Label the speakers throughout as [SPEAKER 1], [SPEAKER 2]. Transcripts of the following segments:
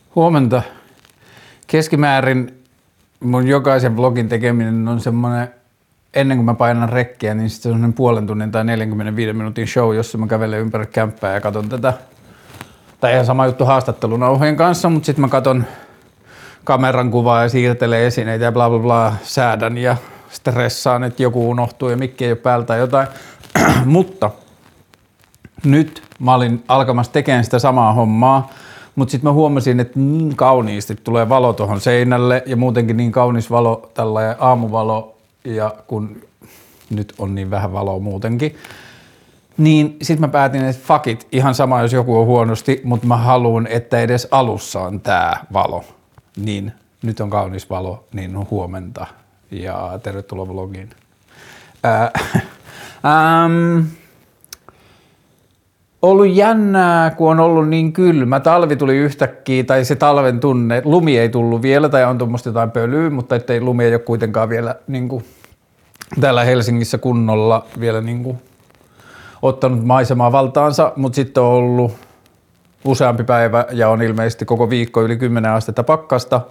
[SPEAKER 1] Huomenta. Keskimäärin mun jokaisen vlogin tekeminen on semmoinen, ennen kuin mä painan rekkiä, niin sitten se on semmoinen puolen tunnin tai 45 minuutin show, jossa mä kävelen ympäri kämppää ja katon tätä. Tai ihan sama juttu haastattelunauhojen kanssa, mutta sitten mä katon kameran kuvaa ja siirtelen esineitä ja bla bla bla, säädän ja stressaan, että joku unohtuu ja mikki ei ole päältä tai jotain. Mutta nyt mä olin alkamassa tekemään sitä samaa hommaa, mutta sitten mä huomasin, että niin kauniisti tulee valo tuohon seinälle ja muutenkin niin kaunis valo, tällainen aamuvalo, ja kun nyt on niin vähän valoa muutenkin, niin sitten mä päätin, että fuck it, ihan sama jos joku on huonosti, mutta mä haluan, että edes alussa on tää valo. Niin nyt on kaunis valo, niin on huomenta ja tervetuloa vlogiin. Ollut jännää, kun on ollut niin kylmä. Talvi tuli yhtäkkiä, tai se talven tunne, lumi ei tullut vielä, tai on tuommoista jotain pölyä, mutta ettei lumi ei ole kuitenkaan vielä niin kuin, täällä Helsingissä kunnolla vielä niin kuin, ottanut maisemaa valtaansa, mutta sitten on ollut useampi päivä ja on ilmeisesti koko viikko yli 10 astetta pakkasta.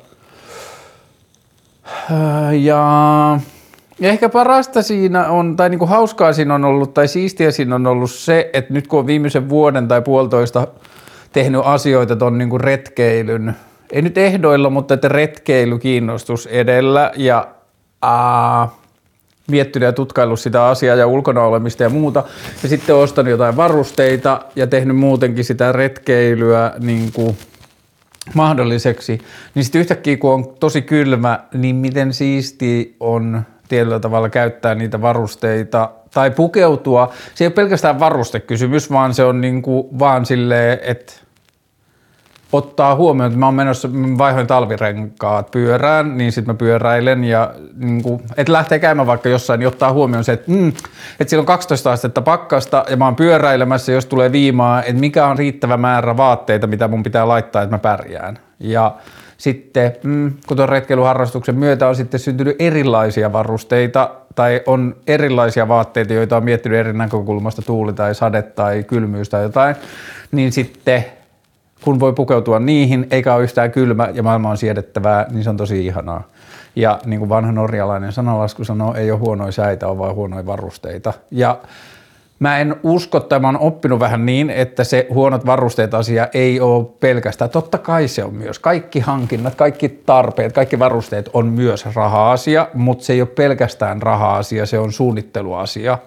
[SPEAKER 1] Ja ehkä parasta siinä on, tai niinku hauskaa siinä on ollut, tai siistiä siinä on ollut se, että nyt kun on viimeisen vuoden tai puolitoista tehnyt asioita ton niinku retkeilyn, ei nyt ehdoilla, mutta että retkeilykiinnostus edellä ja miettinyt ja tutkaillut sitä asiaa ja ulkona olemista ja muuta, ja sitten ostanut jotain varusteita ja tehnyt muutenkin sitä retkeilyä niinku mahdolliseksi, niin sitten yhtäkkiä kun on tosi kylmä, niin miten siistiä on tietyllä tavalla käyttää niitä varusteita tai pukeutua. Se ei ole pelkästään varustekysymys, vaan se on niinku vaan silleen, että ottaa huomioon, että mä oon menossa, mä vaihoin talvirenkaat pyörään, niin sitten mä pyöräilen ja niinku, että lähtee käymään vaikka jossain, niin ottaa huomioon se, että siellä on 12 astetta pakkasta ja mä oon pyöräilemässä, jos tulee viimaa, että mikä on riittävä määrä vaatteita, mitä mun pitää laittaa, että mä pärjään. Ja sitten, kun tuon retkeilyharrastuksen myötä on sitten syntynyt erilaisia varusteita tai on erilaisia vaatteita, joita on miettinyt eri näkökulmasta, tuuli tai sade tai kylmyys tai jotain, niin sitten kun voi pukeutua niihin, eikä ole yhtään kylmä ja maailma on siedettävää, niin se on tosi ihanaa. Ja niin kuin vanha norjalainen sananlasku sanoo, ei ole huonoja säitä, on vaan huonoja varusteita. Ja mä en usko, tai mä oon oppinut vähän niin, että se huonot varusteet asia ei ole pelkästään. Totta kai se on myös. Kaikki hankinnat, kaikki tarpeet, kaikki varusteet on myös raha-asia, mutta se ei ole pelkästään raha-asia, se on suunnitteluasia.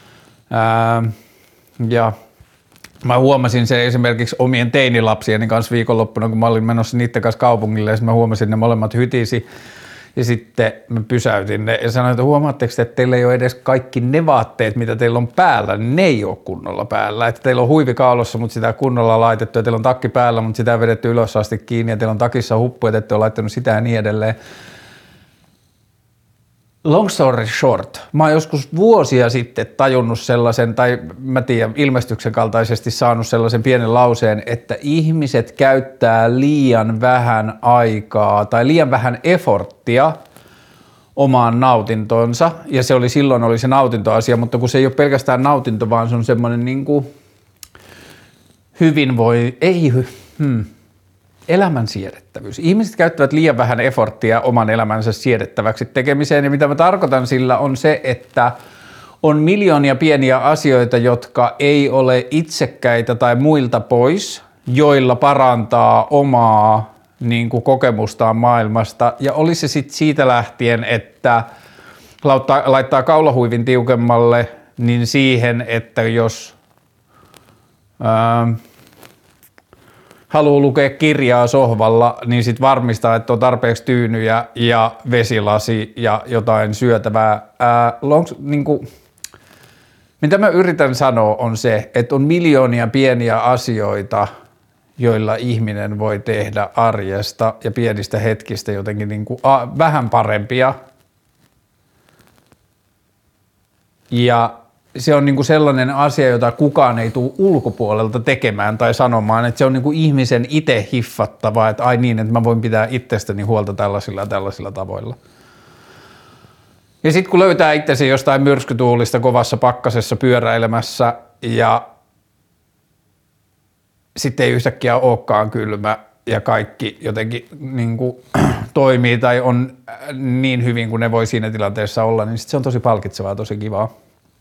[SPEAKER 1] Ja mä huomasin se esimerkiksi omien teinilapsieni kanssa viikonloppuna, kun mä olin menossa niiden kanssa kaupungille ja mä huomasin, että ne molemmat hytisi. Ja sitten mä pysäytin ne ja sanoin, että huomaatteko, että teillä ei ole edes kaikki ne vaatteet, mitä teillä on päällä, niin ne ei ole kunnolla päällä. Että teillä on huivi kaulassa, mutta sitä kunnolla laitettu ja teillä on takki päällä, mutta sitä vedetty ylös asti kiinni ja teillä on takissa huppu, että ette ole laittanut sitä ja niin edelleen. Long story short, mä oon joskus vuosia sitten tajunnut sellaisen, tai mä tiedän, ilmestyksen kaltaisesti saanut sellaisen pienen lauseen, että ihmiset käyttää liian vähän aikaa tai liian vähän efforttia omaan nautintonsa, ja se oli silloin oli se nautintoasia, mutta kun se ei ole pelkästään nautinto, vaan se on semmoinen niin kuin elämän siedettävyys. Ihmiset käyttävät liian vähän efforttia oman elämänsä siedettäväksi tekemiseen, ja mitä mä tarkoitan sillä on se, että on miljoonia pieniä asioita, jotka ei ole itsekkäitä tai muilta pois, joilla parantaa omaa niin kuin kokemustaan maailmasta, ja oli se sitten siitä lähtien, että laittaa kaulahuivin tiukemmalle, niin siihen, että jos haluaa lukea kirjaa sohvalla, niin sitten varmistaa, että on tarpeeksi tyynyjä ja vesilasi ja jotain syötävää. Mitä mä yritän sanoa on se, että on miljoonia pieniä asioita, joilla ihminen voi tehdä arjesta ja pienistä hetkistä jotenkin niin kuin vähän parempia. Ja se on niinku sellainen asia, jota kukaan ei tule ulkopuolelta tekemään tai sanomaan, että se on niinku ihmisen itse hiffattava, että ai niin, että mä voin pitää itsestäni huolta tällaisilla ja tällaisilla tavoilla. Ja sitten kun löytää itsesi jostain myrskytuulista kovassa pakkasessa pyöräilemässä ja sitten ei yhtäkkiä olekaan kylmä, ja kaikki jotenkin niin kuin, toimii tai on niin hyvin kuin ne voi siinä tilanteessa olla, niin sit se on tosi palkitsevaa, tosi kivaa.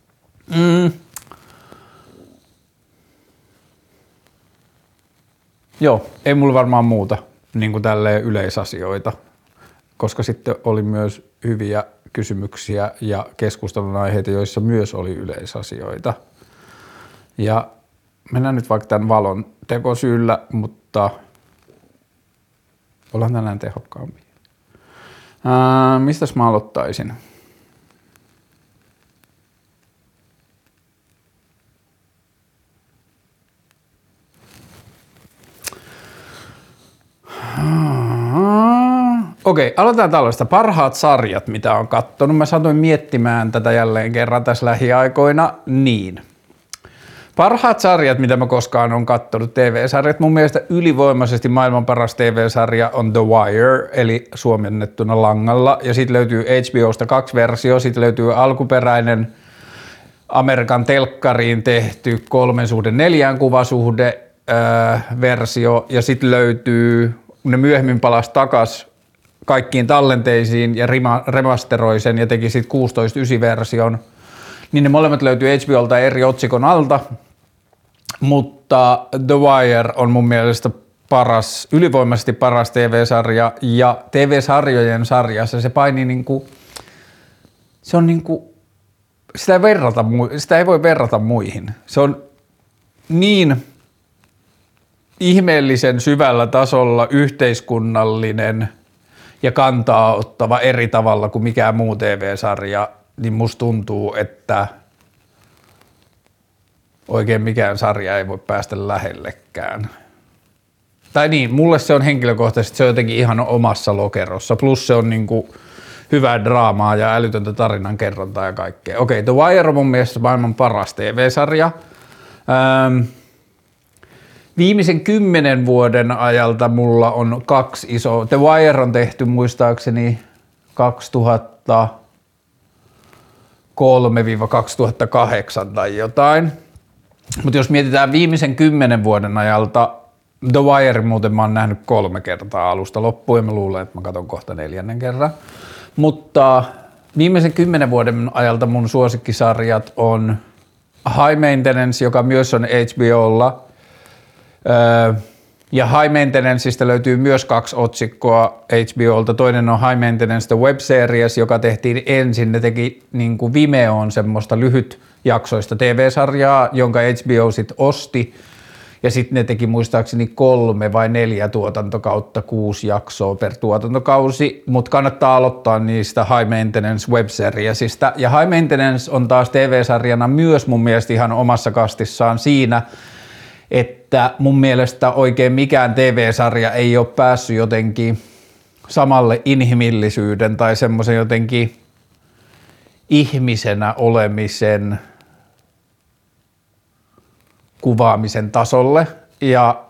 [SPEAKER 1] Joo, ei mulla varmaan muuta niin kuin tälleen yleisasioita, koska sitten oli myös hyviä kysymyksiä ja keskustelun aiheita, joissa myös oli yleisasioita. Ja mennään nyt vaikka tämän valon tekosyyllä, mutta ollaan tänään tehokkaampia. Mistäs mä aloittaisin? Okei, aloitetaan tällaista. Parhaat sarjat, mitä on kattonut. Mä satuin miettimään tätä jälleen kerran tässä lähiaikoina. Niin. Parhaat sarjat, mitä mä koskaan on kattonut, TV-sarjat. Mun mielestä ylivoimaisesti maailman paras TV-sarja on The Wire, eli suomennettuna Langalla. Ja sit löytyy HBOsta 2 versiota. Sit löytyy alkuperäinen Amerikan telkkariin tehty 3:4 kuvasuhde versio. Ja sit löytyy, ne myöhemmin palasi takas kaikkiin tallenteisiin ja remasteroi sen ja teki sit 16:9 version, niin ne molemmat löytyy HBOlta eri otsikon alta, mutta The Wire on mun mielestä paras, ylivoimaisesti paras TV-sarja ja TV-sarjojen sarjassa se painii niinku, se on niinku, sitä ei voi verrata muihin. Se on niin ihmeellisen syvällä tasolla yhteiskunnallinen ja kantaa ottava eri tavalla kuin mikään muu TV-sarja, niin musta tuntuu, että oikein mikään sarja ei voi päästä lähellekään. Tai niin, mulle se on henkilökohtaisesti, se on jotenkin ihan omassa lokerossa, plus se on niinku hyvää draamaa ja älytöntä tarinan kerrontaa ja kaikkea. Okei, The Wire on mun mielestä maailman paras TV-sarja. Viimeisen 10 vuoden ajalta mulla on 2 isoa. The Wire on tehty muistaakseni 2003-2008 tai jotain. Mutta jos mietitään viimeisen 10 vuoden ajalta, The Wire muuten mä oon nähnyt 3 kertaa alusta loppuun ja mä luulen, että mä katson kohta 4. kerran. Mutta viimeisen 10 vuoden ajalta mun suosikkisarjat on High Maintenance, joka myös on HBOlla. Ja High Maintenanceista löytyy myös 2 otsikkoa HBOlta. Toinen on High Maintenance The Web Series, joka tehtiin ensin. Ne teki niin kuin Vimeoon semmoista lyhytjaksoista TV-sarjaa, jonka HBO sit osti. Ja sitten ne teki muistaakseni 3 vai 4 tuotantokautta, 6 jaksoa per tuotantokausi. Mutta kannattaa aloittaa niistä High Maintenance Web Seriesistä. Ja High Maintenance on taas TV-sarjana myös mun mielestä ihan omassa kastissaan siinä, että mun mielestä oikein mikään TV-sarja ei ole päässyt jotenkin samalle inhimillisyyden tai semmoisen jotenkin ihmisenä olemisen kuvaamisen tasolle. Ja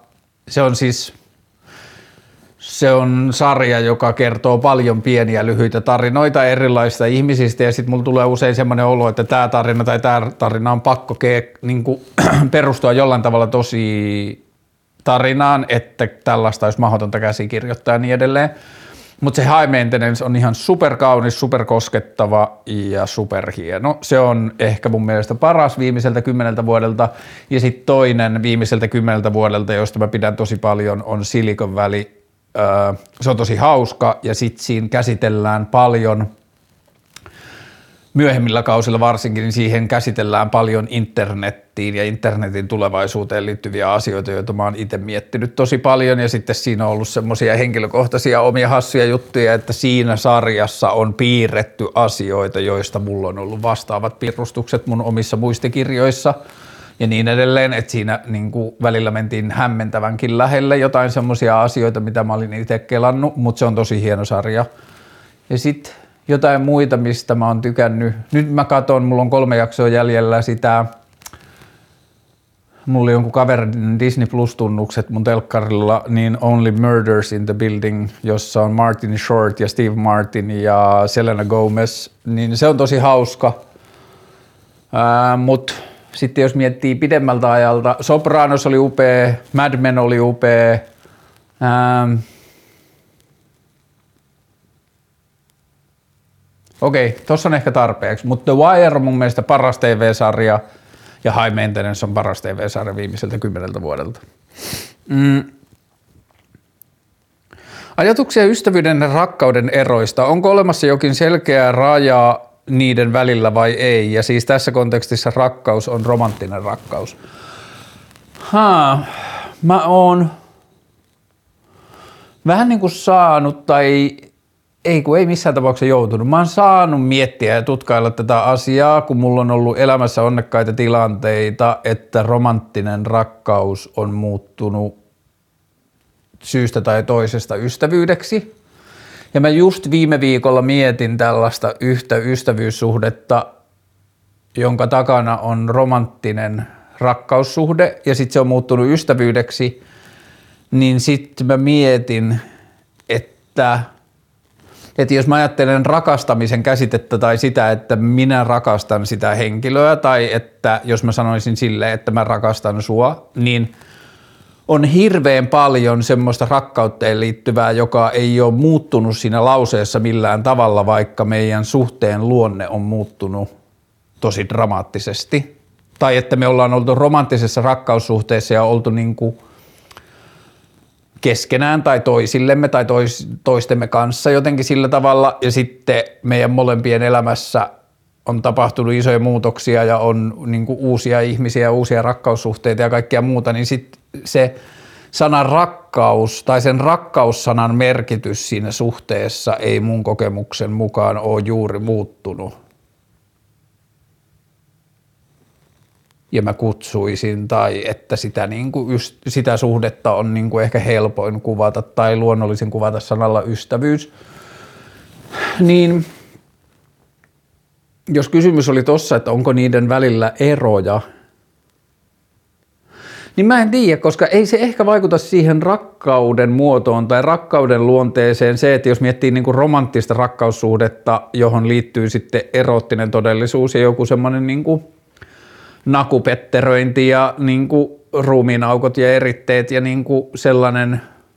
[SPEAKER 1] se on sarja, joka kertoo paljon pieniä lyhyitä tarinoita erilaisista ihmisistä ja sitten mulla tulee usein semmoinen olo, että tämä tarina on pakko niinku, perustua jollain tavalla tosi tarinaan, että tällaista olisi mahdotonta käsikirjoittaa ja niin edelleen. Mutta se High Maintenance on ihan superkaunis, superkoskettava ja superhieno. Se on ehkä mun mielestä paras viimeiseltä 10 vuodelta. Ja sitten toinen viimeiseltä 10 vuodelta, josta mä pidän tosi paljon, on Silicon Valley. Se on tosi hauska ja sitten siinä käsitellään paljon, myöhemmillä kausilla varsinkin, niin siihen käsitellään paljon internettiin ja internetin tulevaisuuteen liittyviä asioita, joita mä oon itse miettinyt tosi paljon ja sitten siinä on ollut semmoisia henkilökohtaisia omia hassuja juttuja, että siinä sarjassa on piirretty asioita, joista mulla on ollut vastaavat piirustukset mun omissa muistikirjoissa ja niin edelleen, että siinä niin kuin välillä mentiin hämmentävänkin lähelle jotain semmoisia asioita, mitä mä olin itse kelannut, mutta se on tosi hieno sarja. Ja sitten jotain muita, mistä mä oon tykännyt. Nyt mä katon, mulla on 3 jaksoa jäljellä sitä. Mulla oli jonkun kaverin Disney Plus-tunnukset mun telkkarilla, niin Only Murders in the Building, jossa on Martin Short ja Steve Martin ja Selena Gomez, niin se on tosi hauska. Mut sitten jos miettii pidemmältä ajalta, Sopranos oli upea, Mad Men oli upea, Okei, tossa on ehkä tarpeeksi, mutta The Wire on mun mielestä paras TV-sarja ja High Maintenance on paras TV-sarja viimeiseltä 10 vuodelta. Ajatuksia ystävyyden ja rakkauden eroista. Onko olemassa jokin selkeä raja niiden välillä vai ei? Ja siis tässä kontekstissa rakkaus on romanttinen rakkaus. Mä oon vähän niin kuin saanut tai ei missään tapauksessa joutunut. Mä oon saanut miettiä ja tutkailla tätä asiaa, kun mulla on ollut elämässä onnekkaita tilanteita, että romanttinen rakkaus on muuttunut syystä tai toisesta ystävyydeksi. Ja mä just viime viikolla mietin tällaista yhtä ystävyyssuhdetta, jonka takana on romanttinen rakkaussuhde ja sitten se on muuttunut ystävyydeksi, niin sitten mä mietin, että jos mä ajattelen rakastamisen käsitettä tai sitä, että minä rakastan sitä henkilöä tai että jos mä sanoisin silleen, että mä rakastan sua, niin on hirveän paljon semmoista rakkauteen liittyvää, joka ei ole muuttunut siinä lauseessa millään tavalla, vaikka meidän suhteen luonne on muuttunut tosi dramaattisesti. Tai että me ollaan oltu romanttisessa rakkaussuhteessa ja oltu niinku keskenään tai toisillemme tai toistemme kanssa jotenkin sillä tavalla ja sitten meidän molempien elämässä on tapahtunut isoja muutoksia ja on niinku uusia ihmisiä, uusia rakkaussuhteita ja kaikkea muuta, niin sitten se sana rakkaus tai sen rakkaussanan merkitys siinä suhteessa ei mun kokemuksen mukaan ole juuri muuttunut. Ja mä kutsuisin tai että sitä suhdetta on niinku ehkä helpoin kuvata tai luonnollisin kuvata sanalla ystävyys. Niin jos kysymys oli tossa, että onko niiden välillä eroja, niin mä en tiedä, koska ei se ehkä vaikuta siihen rakkauden muotoon tai rakkauden luonteeseen se, että jos miettii niinku romanttista rakkaussuhdetta, johon liittyy sitten eroottinen todellisuus ja joku semmoinen niinku nakupetteröinti ja niinku ruumiinaukot ja eritteet ja niinku sellainen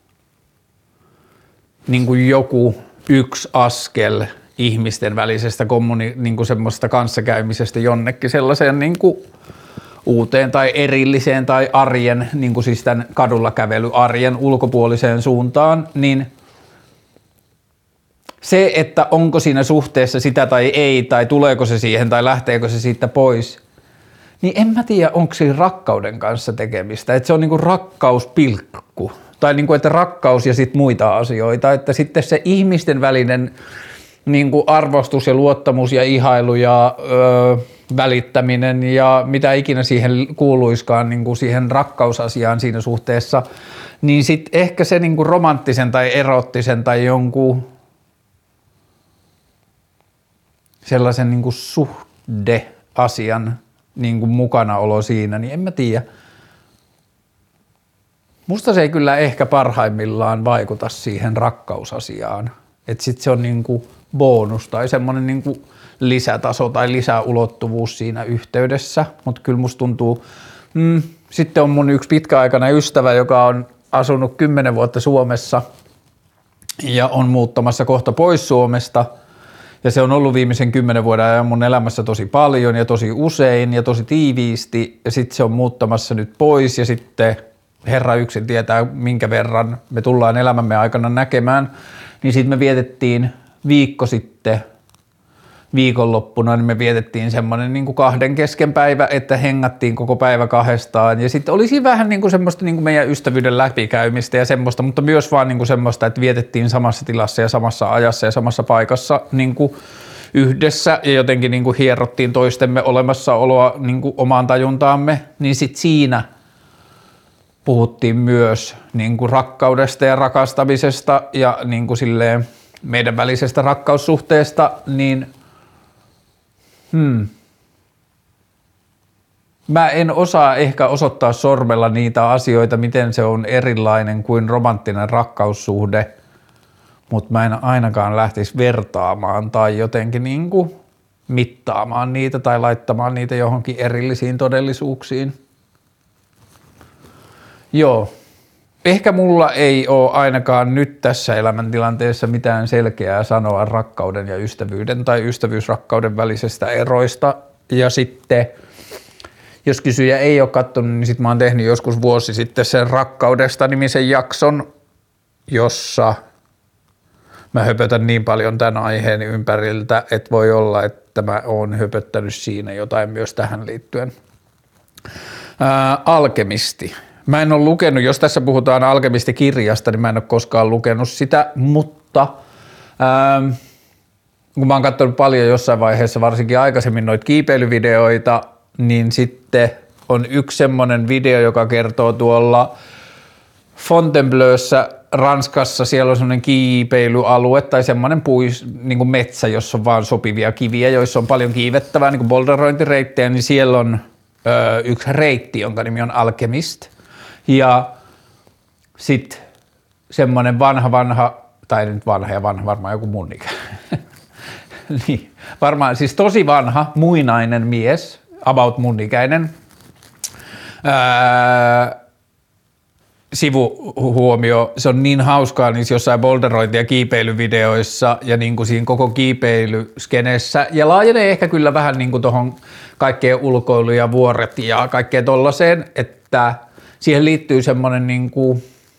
[SPEAKER 1] niinku joku yksi askel ihmisten välisestä niinku semmoista kanssakäymisestä jonnekin sellaiseen niinku uuteen tai erilliseen tai arjen, niin kuin siis tämän kadulla kävelyarjen ulkopuoliseen suuntaan, niin se, että onko siinä suhteessa sitä tai ei, tai tuleeko se siihen tai lähteekö se siitä pois, niin en mä tiedä, onko siinä rakkauden kanssa tekemistä, että se on niinku rakkauspilkku, tai niinku, että rakkaus ja sitten muita asioita, että sitten se ihmisten välinen niinku arvostus ja luottamus ja ihailu ja välittäminen ja mitä ikinä siihen kuuluiskaan niin kuin siihen rakkausasiaan siinä suhteessa, niin sitten ehkä se niin kuin romanttisen tai eroottisen tai jonkun sellaisen niin kuin suhdeasian niin kuin mukanaolo siinä, niin en mä tiedä. Musta se ei kyllä ehkä parhaimmillaan vaikuta siihen rakkausasiaan, että sitten se on niin kuin bonus tai semmoinen niin kuin lisätaso tai lisäulottuvuus siinä yhteydessä, mutta kyllä musta tuntuu, sitten on mun yksi pitkäaikainen ystävä, joka on asunut 10 vuotta Suomessa ja on muuttamassa kohta pois Suomesta ja se on ollut viimeisen 10 vuoden ajan mun elämässä tosi paljon ja tosi usein ja tosi tiiviisti ja sitten se on muuttamassa nyt pois ja sitten Herra yksin tietää minkä verran me tullaan elämämme aikana näkemään, niin sitten me vietettiin viikko sitten viikonloppuna, niin me vietettiin semmoinen niin kuin 2 kesken päivä, että hengattiin koko päivä kahdestaan ja sitten olisi vähän niin kuin semmoista niin kuin meidän ystävyyden läpikäymistä ja semmoista, mutta myös vaan niin kuin semmoista, että vietettiin samassa tilassa ja samassa ajassa ja samassa paikassa niin kuin yhdessä ja jotenkin niin kuin hierottiin toistemme olemassaoloa niin kuin omaan tajuntaamme, niin sitten siinä puhuttiin myös niin kuin rakkaudesta ja rakastamisesta ja niin kuin silleen meidän välisestä rakkaussuhteesta, niin mä en osaa ehkä osoittaa sormella niitä asioita, miten se on erilainen kuin romanttinen rakkaussuhde, mutta mä en ainakaan lähtisi vertaamaan tai jotenkin niin kuin mittaamaan niitä tai laittamaan niitä johonkin erillisiin todellisuuksiin. Joo, ehkä mulla ei ole ainakaan nyt tässä elämäntilanteessa mitään selkeää sanoa rakkauden ja ystävyyden tai ystävyysrakkauden välisestä eroista. Ja sitten, jos kysyjä ei ole katsonut, niin sitten mä oon tehnyt joskus vuosi sitten sen Rakkaudesta -nimisen jakson, jossa mä höpötän niin paljon tämän aiheen ympäriltä, että voi olla, että mä oon höpöttänyt siinä jotain myös tähän liittyen. Alkemisti. Mä en ole lukenut, jos tässä puhutaan Alkemisti-kirjasta, niin mä en ole koskaan lukenut sitä, mutta kun mä oon katsonut paljon jossain vaiheessa, varsinkin aikaisemmin noita kiipeilyvideoita, niin sitten on yksi semmoinen video, joka kertoo tuolla Fontainebleaussa Ranskassa, siellä on semmoinen kiipeilyalue tai semmoinen niin kuin metsä, jossa on vaan sopivia kiviä, joissa on paljon kiivettävää, niin kuin boulderointireittejä, niin siellä on yksi reitti, jonka nimi on Alchemist. Ja sitten semmoinen vanha, tai nyt vanha, varmaan joku mun ikä. Niin, varmaan siis tosi vanha, muinainen mies, about mun ikäinen. Sivuhuomio, se on niin hauskaa niissä jossain boulderointi- ja kiipeilyvideoissa ja niin kuin siinä koko kiipeilyskenessä ja laajenee ehkä kyllä vähän niin kuin tuohon kaikkeen ulkoilu ja vuoret ja kaikkeen tollaiseen, että siihen liittyy semmoinen niin kuin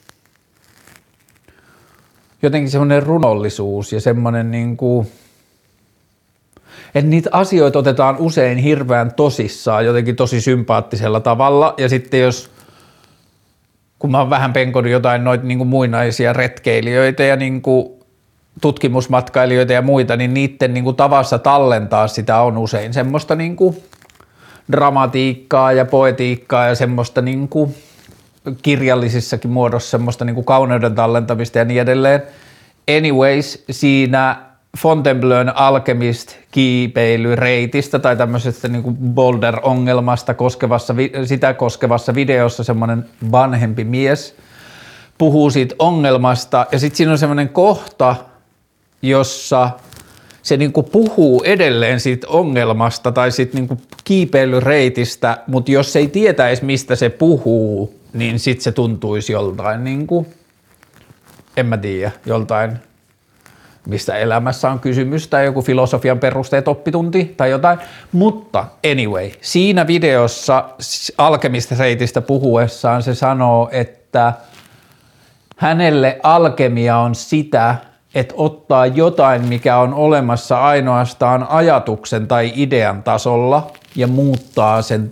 [SPEAKER 1] jotenkin semmoinen runollisuus ja semmoinen niin kuin, että niitä asioita otetaan usein hirveän tosissaan jotenkin tosi sympaattisella tavalla ja sitten kun mä oon vähän penkonut jotain noita niin kuin muinaisia retkeilijöitä ja niin kuin tutkimusmatkailijoita ja muita, niin niiden niin kuin tavassa tallentaa sitä on usein semmoista niin kuin dramatiikkaa ja poetiikkaa ja semmoista niin kuin kirjallisissakin muodossa semmoista niin kuin kauneuden tallentamista ja niin edelleen. Anyways, siinä Fontainebleau'n Alchemist-kiipeilyreitistä tai tämmöisestä niin kuin boulder-ongelmasta sitä koskevassa videossa semmoinen vanhempi mies puhuu siitä ongelmasta ja sitten siinä on semmoinen kohta, jossa se niin kuin puhuu edelleen siitä ongelmasta tai siitä niin kuin kiipeilyreitistä, mutta jos ei tietäisi mistä se puhuu, niin sitten se tuntuisi joltain niin kuin, en mä tiedä, joltain mistä elämässä on kysymys tai joku filosofian perusteet oppitunti tai jotain, mutta anyway, siinä videossa alkemistireitistä puhuessaan se sanoo, että hänelle alkemia on sitä, että ottaa jotain, mikä on olemassa ainoastaan ajatuksen tai idean tasolla ja muuttaa sen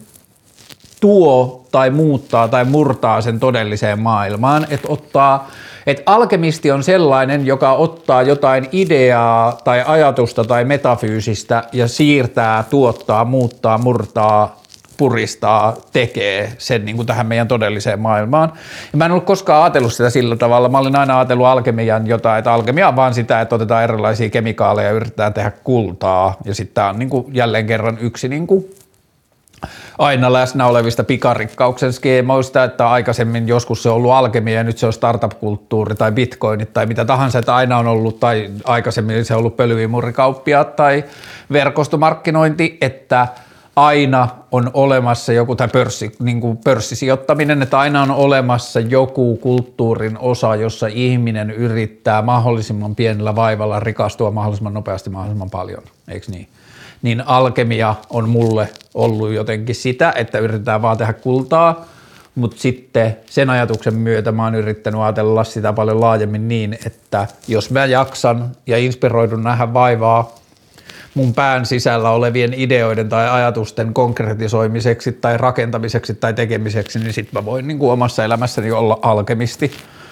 [SPEAKER 1] muuttaa tai murtaa sen todelliseen maailmaan, että alkemisti on sellainen, joka ottaa jotain ideaa tai ajatusta tai metafyysistä ja siirtää, tuottaa, muuttaa, murtaa, puristaa, tekee sen niin kuin tähän meidän todelliseen maailmaan. Ja mä en ollut koskaan ajatellut sitä sillä tavalla. Mä olin aina ajatellut alkemian jotain, että alkemia on vaan sitä, että otetaan erilaisia kemikaaleja ja yritetään tehdä kultaa. Ja sitten tää on niin kuin jälleen kerran yksi niin kuin aina läsnä olevista pikarikkauksen skeemoista, että aikaisemmin joskus se on ollut alkemia ja nyt se on startup-kulttuuri tai bitcoinit tai mitä tahansa, että aina on ollut tai aikaisemmin se on ollut pölyimurikauppiaat tai verkostomarkkinointi, että aina on olemassa joku, tai niin kuin pörssisijoittaminen, että aina on olemassa joku kulttuurin osa, jossa ihminen yrittää mahdollisimman pienellä vaivalla rikastua mahdollisimman nopeasti mahdollisimman paljon, eikö niin? Niin alkemia on mulle ollut jotenkin sitä, että yritetään vaan tehdä kultaa, mutta sitten sen ajatuksen myötä mä oon yrittänyt ajatella sitä paljon laajemmin niin, että jos mä jaksan ja inspiroidun nähdä vaivaa mun pään sisällä olevien ideoiden tai ajatusten konkretisoimiseksi tai rakentamiseksi tai tekemiseksi, niin sit mä voin niin kuin omassa elämässäni olla alkemisti.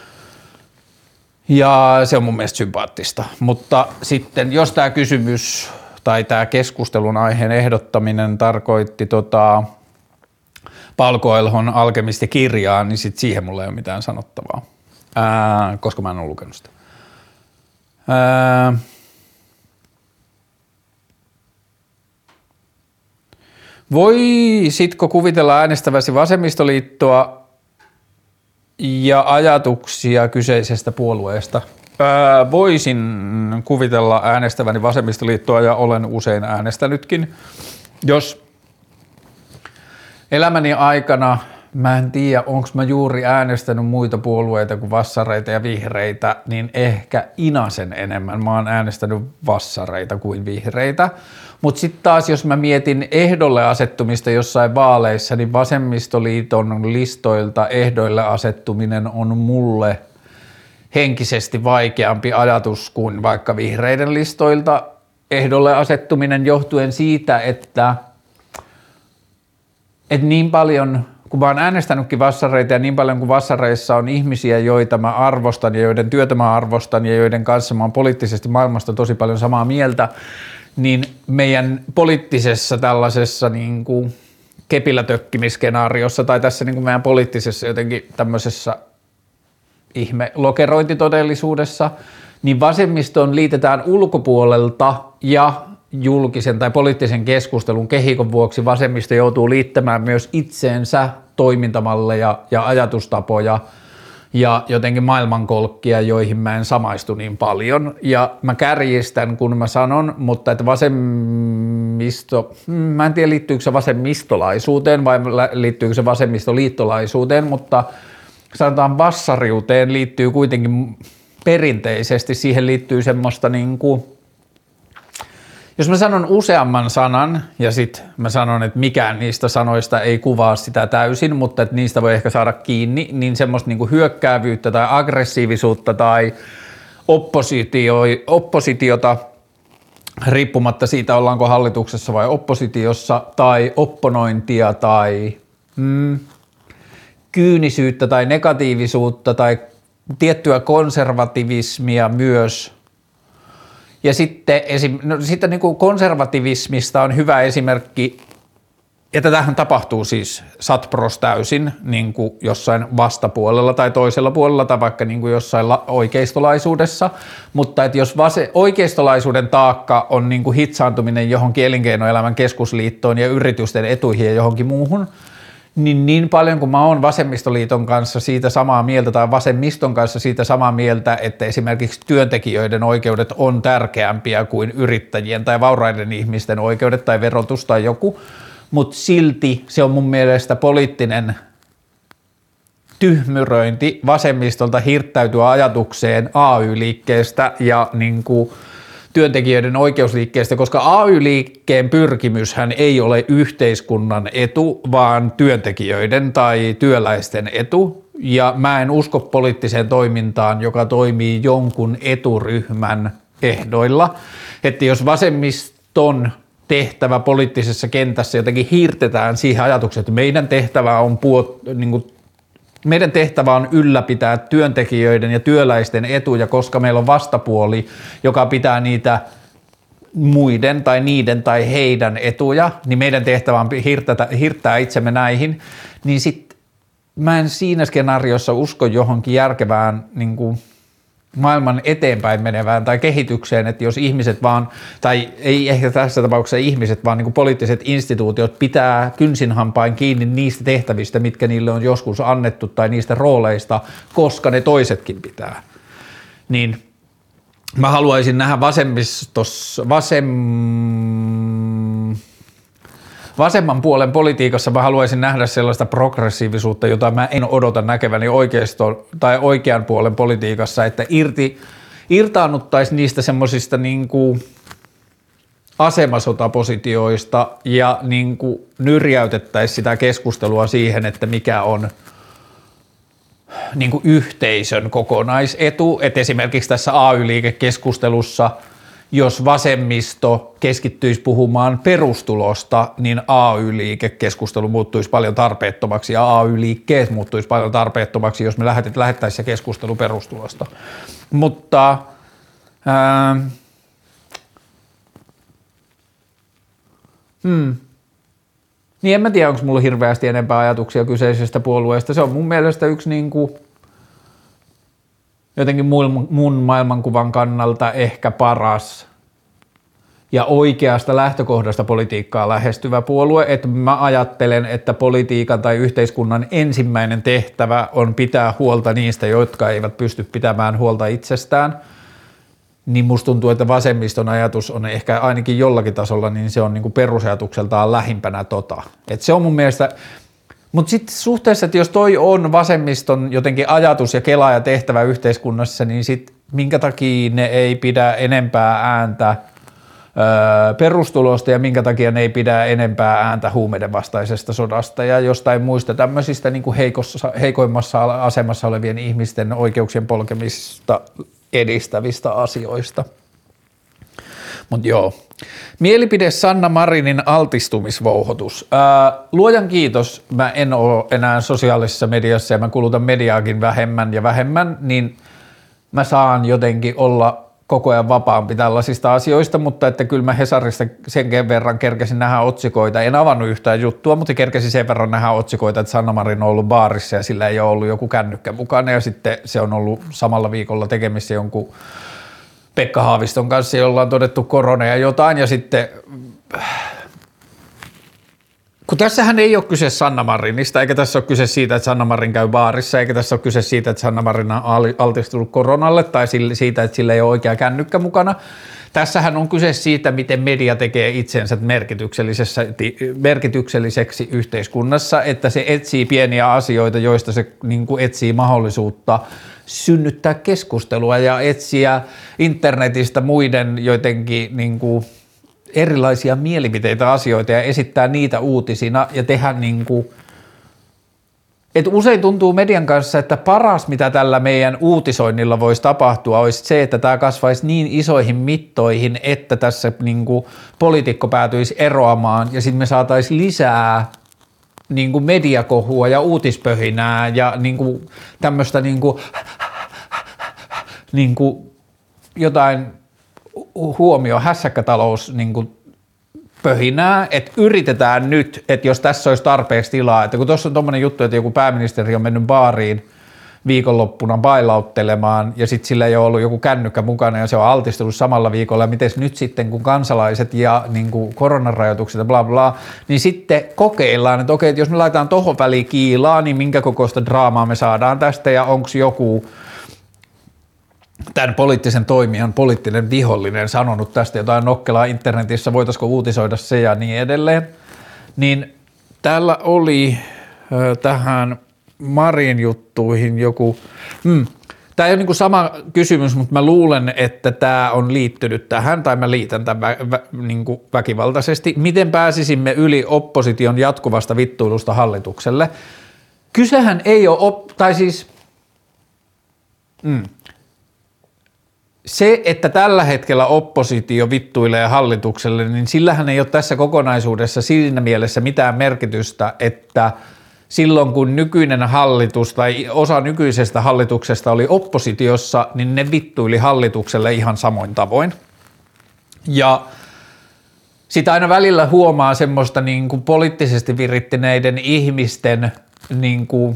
[SPEAKER 1] Ja se on mun mielestä sympaattista. Mutta sitten jos tämä kysymys tai tämä keskustelun aiheen ehdottaminen tarkoitti Paul Coelhon Alkemisti-kirjaa, niin sit siihen mulla ei ole mitään sanottavaa, koska mä en ole lukenut sitä. Voisitko kuvitella äänestäväsi vasemmistoliittoa ja ajatuksia kyseisestä puolueesta? Voisin kuvitella äänestäväni vasemmistoliittoa ja olen usein äänestänytkin. Jos elämäni aikana mä en tiedä, onko mä juuri äänestänyt muita puolueita kuin vassareita ja vihreitä, niin ehkä Inasen enemmän. Mä oon äänestänyt vassareita kuin vihreitä. Mutta sitten taas, jos mä mietin ehdolle asettumista jossain vaaleissa, niin vasemmistoliiton listoilta ehdoille asettuminen on mulle henkisesti vaikeampi ajatus kuin vaikka vihreiden listoilta ehdolle asettuminen johtuen siitä, että niin paljon, kun mä oon äänestänytkin vassareita ja niin paljon kuin vassareissa on ihmisiä, joita mä arvostan ja joiden työtä mä arvostan ja joiden kanssa mä oon poliittisesti maailmasta tosi paljon samaa mieltä, niin meidän poliittisessa tällaisessa niin kuin kepillä tökkimiskenaariossa tai tässä niin kuin meidän poliittisessa jotenkin tämmöisessä ihme lokerointitodellisuudessa, niin vasemmistoon liitetään ulkopuolelta ja julkisen tai poliittisen keskustelun kehikon vuoksi vasemmisto joutuu liittämään myös itseensä toimintamalleja ja ajatustapoja ja jotenkin maailmankolkkia, joihin mä en samaistu niin paljon. Ja mä kärjistän, kun mä sanon, mutta että vasemmisto, mä en tiedä liittyykö se vasemmistolaisuuteen vai liittyykö se vasemmistoliittolaisuuteen, mutta sanotaan vassariuteen liittyy kuitenkin perinteisesti, siihen liittyy semmoista niin kuin, jos mä sanon useamman sanan ja sit mä sanon, että mikään niistä sanoista ei kuvaa sitä täysin, mutta että niistä voi ehkä saada kiinni, niin semmoista niin kuin hyökkäävyyttä tai aggressiivisuutta tai oppositiota, riippumatta siitä ollaanko hallituksessa vai oppositiossa, tai opponointia tai kyynisyyttä tai negatiivisuutta tai tiettyä konservativismia myös. Ja sitten niin kuin konservativismista on hyvä esimerkki, ja tätähän tapahtuu siis satpros täysin niin kuin jossain vastapuolella tai toisella puolella tai vaikka niin kuin jossain oikeistolaisuudessa, mutta että jos oikeistolaisuuden taakka on niin kuin hitsaantuminen johonkin elinkeinoelämän keskusliittoon ja yritysten etuihin ja johonkin muuhun, niin paljon kuin mä oon vasemmistoliiton kanssa siitä samaa mieltä tai vasemmiston kanssa siitä samaa mieltä, että esimerkiksi työntekijöiden oikeudet on tärkeämpiä kuin yrittäjien tai vauraiden ihmisten oikeudet tai verotus tai joku, mutta silti se on mun mielestä poliittinen tyhmyröinti vasemmistolta hirttäytyä ajatukseen AY-liikkeestä ja niin kuin työntekijöiden oikeusliikkeestä, koska AY-liikkeen pyrkimyshän ei ole yhteiskunnan etu, vaan työntekijöiden tai työläisten etu. Ja mä en usko poliittiseen toimintaan, joka toimii jonkun eturyhmän ehdoilla. Että jos vasemmiston tehtävä poliittisessa kentässä jotenkin hiirtetään siihen ajatukseen, että meidän tehtävä on ylläpitää työntekijöiden ja työläisten etuja, koska meillä on vastapuoli, joka pitää niitä muiden tai niiden tai heidän etuja, niin meidän tehtävä on hirttää itsemme näihin, niin sitten mä en siinä skenaariossa usko johonkin järkevään niin kuin maailman eteenpäin menevään tai kehitykseen, että jos ihmiset vaan, tai ei ehkä tässä tapauksessa ihmiset, vaan niin kuin poliittiset instituutiot pitää kynsinhampain kiinni niistä tehtävistä, mitkä niille on joskus annettu tai niistä rooleista, koska ne toisetkin pitää. Niin mä haluaisin nähdä vasemman puolen politiikassa mä haluaisin nähdä sellaista progressiivisuutta, jota mä en odota näkeväni oikean puolen politiikassa, että irtaannuttaisiin niistä semmoisista niin kuin asemasotapositioista ja niin kuin nyrjäytettäisiin sitä keskustelua siihen, että mikä on niin kuin yhteisön kokonaisetu, että esimerkiksi tässä AY-liikekeskustelussa jos vasemmisto keskittyisi puhumaan perustulosta, niin AY-liikekeskustelu muuttuisi paljon tarpeettomaksi ja AY-liikkeet muuttuisi paljon tarpeettomaksi, jos me lähettäisiin se keskustelu perustulosta. Mutta niin en mä tiedä, onko mulla hirveästi enempää ajatuksia kyseisestä puolueesta. Se on mun mielestä yksi niin kuin jotenkin mun maailmankuvan kannalta ehkä paras ja oikeasta lähtökohdasta politiikkaa lähestyvä puolue, että mä ajattelen, että politiikan tai yhteiskunnan ensimmäinen tehtävä on pitää huolta niistä, jotka eivät pysty pitämään huolta itsestään, niin musta tuntuu, että vasemmiston ajatus on ehkä ainakin jollakin tasolla, niin se on niin kuin perusajatukseltaan lähimpänä tota. Et se on mun mielestä Mutta sitten suhteessa, että jos toi on vasemmiston jotenkin ajatus ja kela ja tehtävä yhteiskunnassa, niin sitten minkä takia ne ei pidä enempää ääntä perustulosta ja minkä takia ne ei pidä enempää ääntä huumeiden vastaisesta sodasta ja jostain muista tämmöisistä niin kuin heikoimmassa asemassa olevien ihmisten oikeuksien polkemista edistävistä asioista. Mutta joo. Mielipide Sanna Marinin altistumisvouhotus. Luojan kiitos, mä en ole enää sosiaalisessa mediassa ja mä kulutan mediaakin vähemmän ja vähemmän, niin mä saan jotenkin olla koko ajan vapaampi tällaisista asioista, mutta että kyllä mä Hesarista sen verran kerkesin nähdä otsikoita, en avannut yhtään juttua, mutta kerkesin sen verran nähdä otsikoita, että Sanna Marin on ollut baarissa ja sillä ei ole ollut joku kännykkä mukana ja sitten se on ollut samalla viikolla tekemissä jonkun Pekka Haaviston kanssa, jolla on todettu korona ja jotain ja sitten kun tässähän ei ole kyse Sanna Marinista, eikä tässä ole kyse siitä, että Sanna Marin käy baarissa, eikä tässä ole kyse siitä, että Sanna Marin on altistunut koronalle tai siitä, että sillä ei ole oikea kännykkä mukana. Tässähän on kyse siitä, miten media tekee itsensä merkitykselliseksi yhteiskunnassa, että se etsii pieniä asioita, joista se niin kuin etsii mahdollisuutta synnyttää keskustelua ja etsiä internetistä muiden jotenkin niin kuin erilaisia mielipiteitä asioita ja esittää niitä uutisina ja tehdä niin kuin, että usein tuntuu median kanssa, että paras mitä tällä meidän uutisoinnilla voisi tapahtua olisi se, että tämä kasvaisi niin isoihin mittoihin, että tässä niin kuin poliitikko päätyisi eroamaan ja sitten me saataisiin lisää niin kuin mediakohua ja uutispöhinää ja niin kuin tämmöistä niin kuin jotain hässäkkätalous niin kuin pöhinää, että yritetään nyt, että jos tässä olisi tarpeeksi tilaa, että kun tuossa on tommoinen juttu, että joku pääministeri on mennyt baariin viikonloppuna bailauttelemaan ja sitten sillä ei ole ollut joku kännykkä mukana ja se on altistunut samalla viikolla, ja miten nyt sitten kun kansalaiset ja niin kuin koronarajoitukset ja bla bla, niin sitten kokeillaan, että okei, että jos me laitetaan tohon väliin kiilaa, niin minkä kokoista draamaa me saadaan tästä ja onko joku tämän poliittisen toimijan poliittinen vihollinen sanonut tästä jotain nokkelaa internetissä, voitaisiko uutisoida se ja niin edelleen, niin täällä oli tähän Marin juttuihin joku, tämä ei ole niin sama kysymys, mutta mä luulen, että tämä on liittynyt tähän, tai mä liitän tämän niin väkivaltaisesti. Miten pääsisimme yli opposition jatkuvasta vittuilusta hallitukselle? Kysehän ei ole, tai siis se, että tällä hetkellä oppositio vittuilee hallitukselle, niin sillähän ei ole tässä kokonaisuudessa siinä mielessä mitään merkitystä, että silloin kun nykyinen hallitus tai osa nykyisestä hallituksesta oli oppositiossa, niin ne vittuili hallitukselle ihan samoin tavoin. Ja sitä aina välillä huomaa semmoista niin kuin poliittisesti virittyneiden ihmisten niin kuin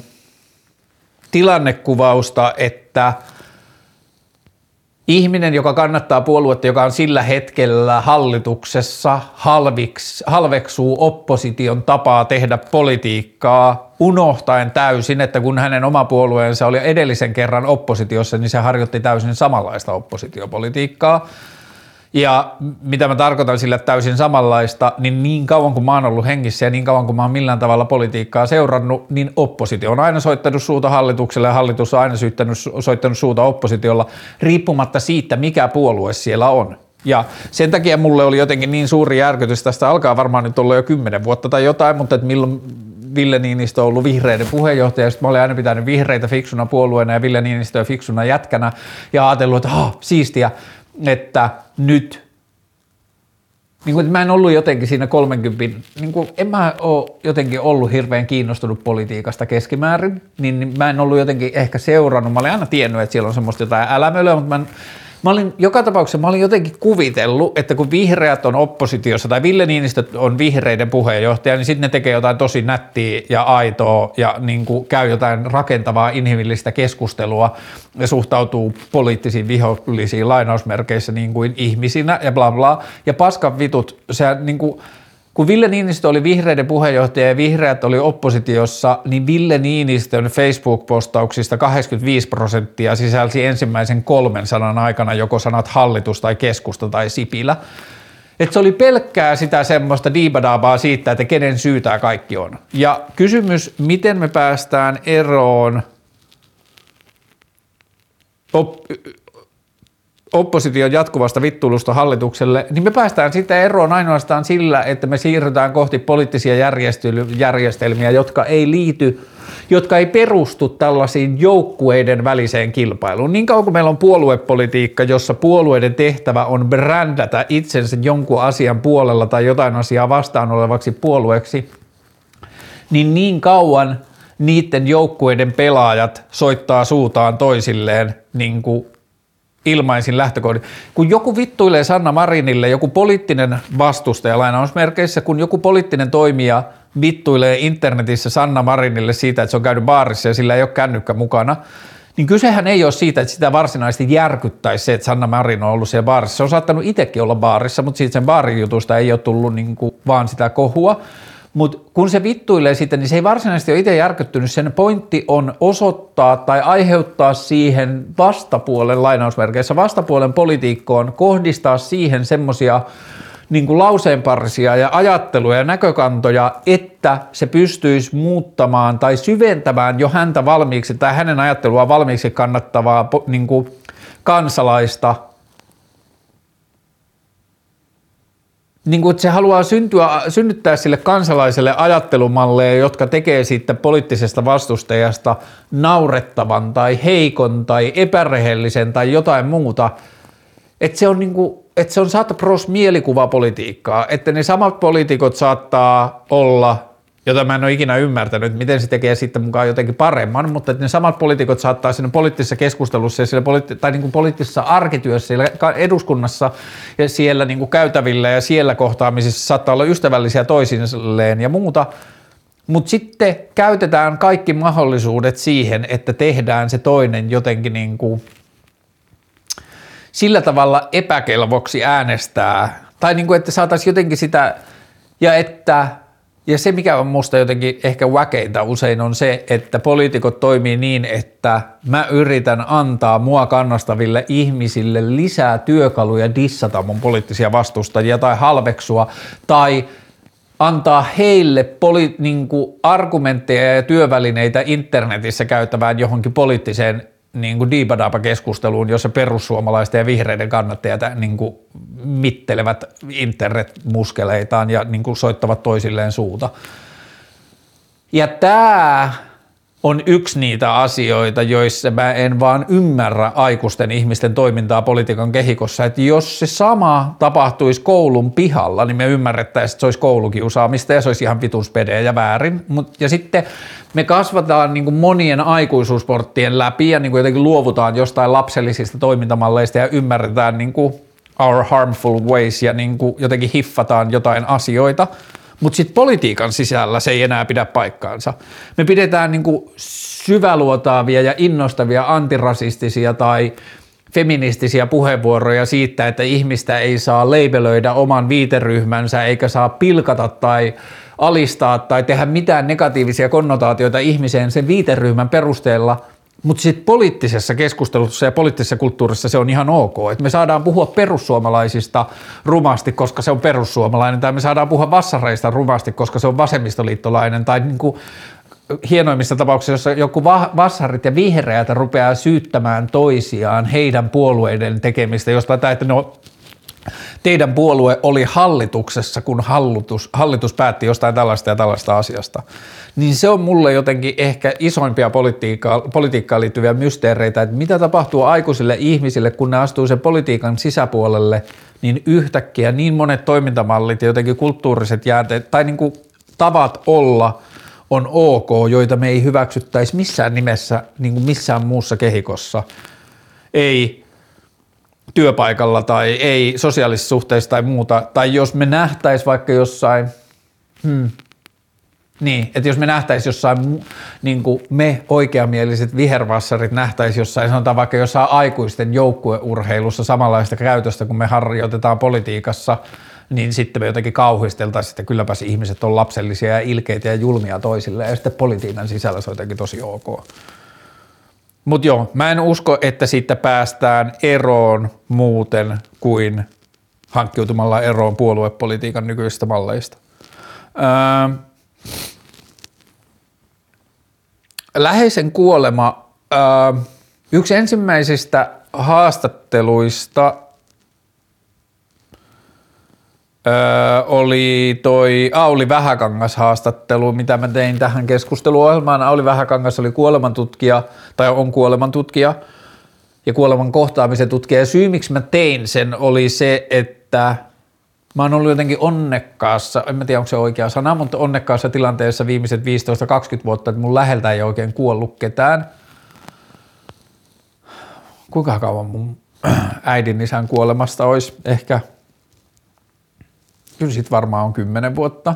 [SPEAKER 1] tilannekuvausta, että ihminen, joka kannattaa puoluetta, joka on sillä hetkellä hallituksessa, halveksuu opposition tapaa tehdä politiikkaa, unohtaen täysin, että kun hänen oma puolueensa oli edellisen kerran oppositiossa, niin se harjoitti täysin samanlaista oppositiopolitiikkaa. Ja mitä mä tarkoitan sillä täysin samanlaista, niin kauan kuin mä oon ollut hengissä ja niin kauan kuin mä oon millään tavalla politiikkaa seurannut, niin oppositio on aina soittanut suuta hallitukselle ja hallitus on aina soittanut suuta oppositiolla riippumatta siitä, mikä puolue siellä on. Ja sen takia mulle oli jotenkin niin suuri järkytys, tästä alkaa varmaan nyt olla jo 10 vuotta tai jotain, mutta että milloin Ville Niinistö on ollut vihreiden puheenjohtaja, ja sitten mä olin aina pitänyt vihreitä fiksuna puolueena ja Ville Niinistöä fiksuna jätkänä ja ajatellut, että siistiä, että nyt, niin kuin, että mä en ollut jotenkin siinä 30, niin kuin, en mä ole jotenkin ollut hirveän kiinnostunut politiikasta keskimäärin, niin mä en ollut jotenkin ehkä seurannut, mä olin aina tiennyt, että siellä on semmoista jotain älämölöä, mutta mä olin joka tapauksessa, mä olin jotenkin kuvitellut, että kun vihreät on oppositiossa tai Ville Niinistö on vihreiden puheenjohtaja, niin sitten ne tekee jotain tosi nättiä ja aitoa ja niin kuin käy jotain rakentavaa inhimillistä keskustelua ja suhtautuu poliittisiin vihollisiin lainausmerkeissä niin kuin ihmisinä ja bla bla. Ja paskan vitut, se niin kuin, kun Ville Niinistö oli vihreiden puheenjohtaja ja vihreät oli oppositiossa, niin Ville Niinistön Facebook-postauksista 85% sisälsi ensimmäisen 3 sanan aikana joko sanat hallitus tai keskusta tai Sipilä. Että se oli pelkkää sitä semmoista diibadaabaa siitä, että kenen syy tämä kaikki on. Ja kysymys, miten me päästään eroon opposition jatkuvasta vittuilusta hallitukselle, niin me päästään siitä eroon ainoastaan sillä, että me siirrytään kohti poliittisia järjestelmiä, jotka ei perustu tällaisiin joukkueiden väliseen kilpailuun. Niin kauan kuin meillä on puoluepolitiikka, jossa puolueiden tehtävä on brändätä itsensä jonkun asian puolella tai jotain asiaa vastaan olevaksi puolueeksi, niin kauan niiden joukkueiden pelaajat soittaa suutaan toisilleen niin kuin ilmaisin lähtökohdin. Kun joku vittuilee Sanna Marinille, joku poliittinen vastustaja lainausmerkeissä, kun joku poliittinen toimija vittuilee internetissä Sanna Marinille siitä, että se on käynyt baarissa ja sillä ei ole kännykkä mukana, niin kysehän ei ole siitä, että sitä varsinaisesti järkyttäisi se, että Sanna Marin on ollut siellä baarissa. Se on saattanut itsekin olla baarissa, mutta siitä sen baarin jutusta ei ole tullut niin kuin vaan sitä kohua. Mutta kun se vittuilee sitä, niin se ei varsinaisesti ole itse järkyttynyt. Sen pointti on osoittaa tai aiheuttaa siihen vastapuolen lainausmerkeissä, vastapuolen politiikkoon, kohdistaa siihen semmoisia niin kuin lauseenparsia ja ajatteluja ja näkökantoja, että se pystyisi muuttamaan tai syventämään jo häntä valmiiksi tai hänen ajattelua valmiiksi kannattavaa niin kuin kansalaista. Niin kuin, että se haluaa synnyttää sille kansalaiselle ajattelumalleja, jotka tekee siitä poliittisesta vastustajasta naurettavan tai heikon tai epärehellisen tai jotain muuta. Että se on, niin kuin, että se on saatapros mielikuvapolitiikkaa, että ne samat poliitikot saattaa olla, jota mä en ole ikinä ymmärtänyt, miten se tekee sitten mukaan jotenkin paremman, mutta että ne samat poliitikot saattaa siinä poliittisessa keskustelussa ja siellä tai niin kuin poliittisessa arkityössä siellä eduskunnassa ja siellä niin kuin käytävillä ja siellä kohtaamisissa saattaa olla ystävällisiä toisilleen ja muuta, mutta sitten käytetään kaikki mahdollisuudet siihen, että tehdään se toinen jotenkin niin kuin sillä tavalla epäkelvoksi äänestää tai niin kuin, että saataisiin jotenkin sitä ja se, mikä on musta jotenkin ehkä väkeintä usein on se, että poliitikot toimii niin, että mä yritän antaa mua kannastaville ihmisille lisää työkaluja dissata mun poliittisia vastustajia tai halveksua tai antaa heille niin kuin argumentteja ja työvälineitä internetissä käyttävään johonkin poliittiseen niin kuin diibadaapa-keskusteluun, jossa perussuomalaisten ja vihreiden kannattajat niin kuin mittelevät internetmuskeleitaan ja niin kuin soittavat toisilleen suuta. Ja tämä on yksi niitä asioita, joissa mä en vaan ymmärrä aikuisten ihmisten toimintaa politiikan kehikossa, että jos se sama tapahtuisi koulun pihalla, niin me ymmärrettäisiin, että se olisi koulukiusaamista ja se olisi ihan vitun spedejä ja väärin. Ja sitten me kasvataan niin kuin monien aikuisuusporttien läpi ja niin kuin jotenkin luovutaan jostain lapsellisista toimintamalleista ja ymmärretään niin kuin our harmful ways ja niin kuin jotenkin hiffataan jotain asioita. Mutta sitten politiikan sisällä se ei enää pidä paikkaansa. Me pidetään niinku syväluotaavia ja innostavia antirasistisia tai feministisiä puheenvuoroja siitä, että ihmistä ei saa leibelöidä oman viiteryhmänsä eikä saa pilkata tai alistaa tai tehdä mitään negatiivisia konnotaatioita ihmiseen sen viiteryhmän perusteella. Mutta sitten poliittisessa keskustelussa ja poliittisessa kulttuurissa se on ihan ok, että me saadaan puhua perussuomalaisista rumasti, koska se on perussuomalainen, tai me saadaan puhua vassareista rumasti, koska se on vasemmistoliittolainen, tai niin kuin hienoimmissa tapauksissa, jossa joku vassarit ja vihreät rupeaa syyttämään toisiaan heidän puolueiden tekemistä, jostain tai että no teidän puolue oli hallituksessa, kun hallitus päätti jostain tällaista ja tällaista asiasta, niin se on mulle jotenkin ehkä isoimpia politiikkaan liittyviä mysteereitä, että mitä tapahtuu aikuisille ihmisille, kun ne astuu sen politiikan sisäpuolelle, niin yhtäkkiä niin monet toimintamallit ja jotenkin kulttuuriset jäänteet tai niin kuin tavat olla on ok, joita me ei hyväksyttäisi missään nimessä, niin kuin missään muussa kehikossa, ei työpaikalla tai ei sosiaalisissa suhteissa tai muuta, tai jos me nähtäisiin vaikka jossain, niin, että jos me nähtäisiin jossain, niin kuin me oikeamieliset vihervassarit nähtäisiin jossain, sanotaan vaikka jossain aikuisten joukkueurheilussa samanlaista käytöstä, kun me harjoitetaan politiikassa, niin sitten me jotenkin kauhisteltaisiin, että kylläpäs ihmiset on lapsellisia ja ilkeitä ja julmia toisilleen, ja sitten politiikan sisällä se on jotenkin tosi ok. Mutta joo, mä en usko, että siitä päästään eroon muuten kuin hankkiutumalla eroon puoluepolitiikan nykyisistä malleista. Läheisen kuolema, yksi ensimmäisistä haastatteluista oli toi Auli Vähäkangas haastattelu, mitä mä tein tähän keskusteluohjelmaan. Auli Vähäkangas oli kuolemantutkija, tai on kuolemantutkija ja kuoleman kohtaamisen tutkija. Ja syy, miksi mä tein sen, oli se, että mä oon ollut jotenkin onnekkaassa, en mä tiedä onko se oikea sana, mutta onnekkaassa tilanteessa viimeiset 15-20 vuotta, että mun läheltä ei oikein kuollut ketään. Kuinka kauan mun äidin isän kuolemasta olisi ehkä? Kyllä sit varmaan on 10 vuotta.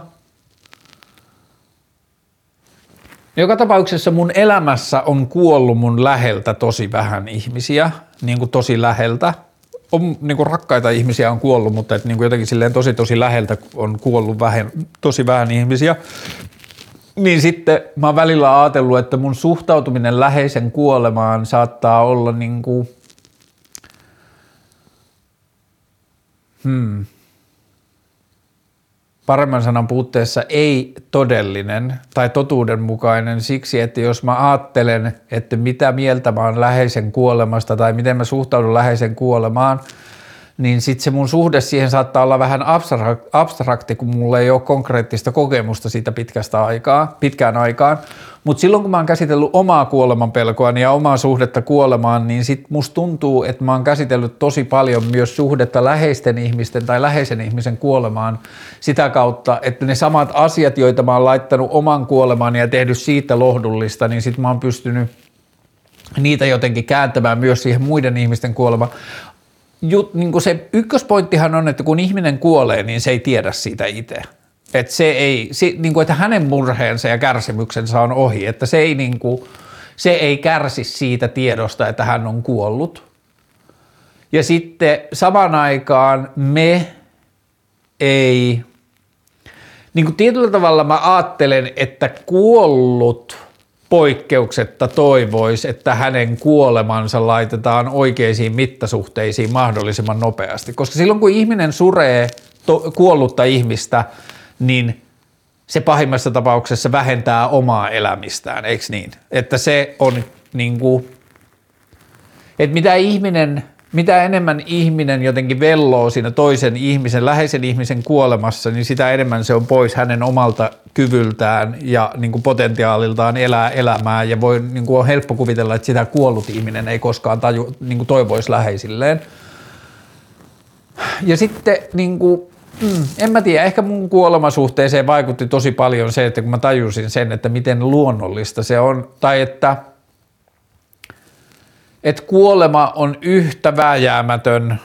[SPEAKER 1] Joka tapauksessa mun elämässä on kuollut mun läheltä tosi vähän ihmisiä, niin kuin tosi läheltä. On, niin kuin rakkaita ihmisiä on kuollut, mutta et, niin kuin jotenkin silleen tosi läheltä on kuollut tosi vähän ihmisiä. Niin sitten mä oon välillä ajatellut, että mun suhtautuminen läheisen kuolemaan saattaa olla niin kuin, paremman sanan puutteessa ei todellinen tai totuudenmukainen siksi, että jos mä ajattelen, että mitä mieltä mä oon läheisen kuolemasta tai miten mä suhtaudun läheisen kuolemaan, niin sitten se mun suhde siihen saattaa olla vähän abstrakti, kun mulla ei ole konkreettista kokemusta siitä pitkään aikaan. Mutta silloin kun mä oon käsitellyt omaa kuolemanpelkoani ja omaa suhdetta kuolemaan, niin sit musta tuntuu, että mä oon käsitellyt tosi paljon myös suhdetta läheisten ihmisten tai läheisen ihmisen kuolemaan sitä kautta, että ne samat asiat, joita mä oon laittanut oman kuolemaani ja tehnyt siitä lohdullista, niin sit mä oon pystynyt niitä jotenkin kääntämään myös siihen muiden ihmisten kuolemaan. Niin se ykköspointtihan on, että kun ihminen kuolee, niin se ei tiedä siitä itse. Että että hänen murheensa ja kärsimyksensä on ohi, että se ei kärsi siitä tiedosta, että hän on kuollut. Ja sitten samaan aikaan me ei, niin kuin tietyllä tavalla mä ajattelen, että kuollut poikkeuksetta toivoisi, että hänen kuolemansa laitetaan oikeisiin mittasuhteisiin mahdollisimman nopeasti. Koska silloin kun ihminen suree kuollutta ihmistä, niin se pahimmassa tapauksessa vähentää omaa elämistään, eikö niin? Että se on niin kuin, että mitä enemmän ihminen jotenkin velloo siinä toisen ihmisen, läheisen ihmisen kuolemassa, niin sitä enemmän se on pois hänen omalta kyvyltään ja niin kuin potentiaaliltaan elää elämää. Ja niin kuin on helppo kuvitella, että sitä kuollut ihminen ei koskaan niin kuin toivoisi läheisilleen. Ja sitten niin kuin, en mä tiedä, ehkä mun kuolemasuhteeseen vaikutti tosi paljon se, että kun mä tajusin sen, että miten luonnollista se on, tai että kuolema on yhtä vääjäämätön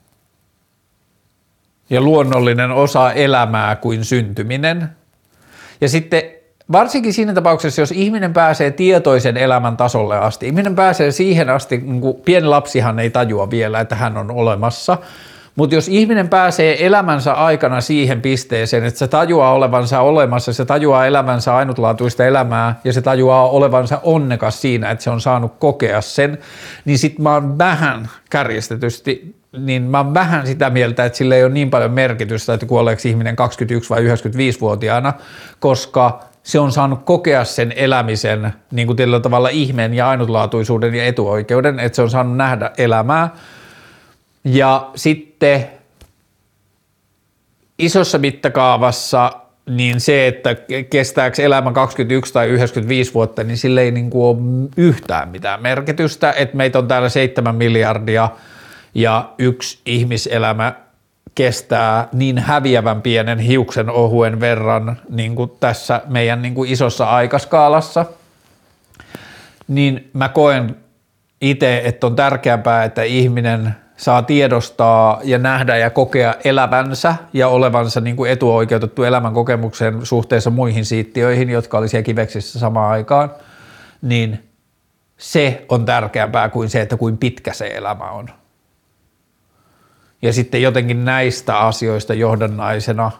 [SPEAKER 1] ja luonnollinen osa elämää kuin syntyminen. Ja sitten varsinkin siinä tapauksessa, jos ihminen pääsee tietoisen elämän tasolle asti, ihminen pääsee siihen asti, niin kuin pieni lapsihan ei tajua vielä, että hän on olemassa, mutta jos ihminen pääsee elämänsä aikana siihen pisteeseen, että se tajuaa olevansa olemassa, se tajuaa elämänsä ainutlaatuista elämää ja se tajuaa olevansa onnekas siinä, että se on saanut kokea sen, niin sitten mä oon vähän kärjestetysti, niin mä oon vähän sitä mieltä, että sillä ei ole niin paljon merkitystä, että kuoleeko ihminen 21 vai 95-vuotiaana, koska se on saanut kokea sen elämisen niin kuin tietyllä tavalla ihmeen ja ainutlaatuisuuden ja etuoikeuden, että se on saanut nähdä elämää. Ja sitten isossa mittakaavassa niin se, että kestääkö elämä 21 tai 95 vuotta, niin sillä ei niin kuin ole yhtään mitään merkitystä, että meitä on täällä 7 miljardia ja yksi ihmiselämä kestää niin häviävän pienen hiuksen ohuen verran niin kuin tässä meidän niin kuin isossa aikaskaalassa, niin mä koen itse, että on tärkeämpää, että ihminen saa tiedostaa ja nähdä ja kokea elävänsä ja olevansa niin kuin etuoikeutettu elämän kokemuksen suhteessa muihin siittiöihin, jotka oli siellä kiveksissä samaan aikaan, niin se on tärkeämpää kuin se, että kuin pitkä se elämä on. Ja sitten jotenkin näistä asioista johdannaisena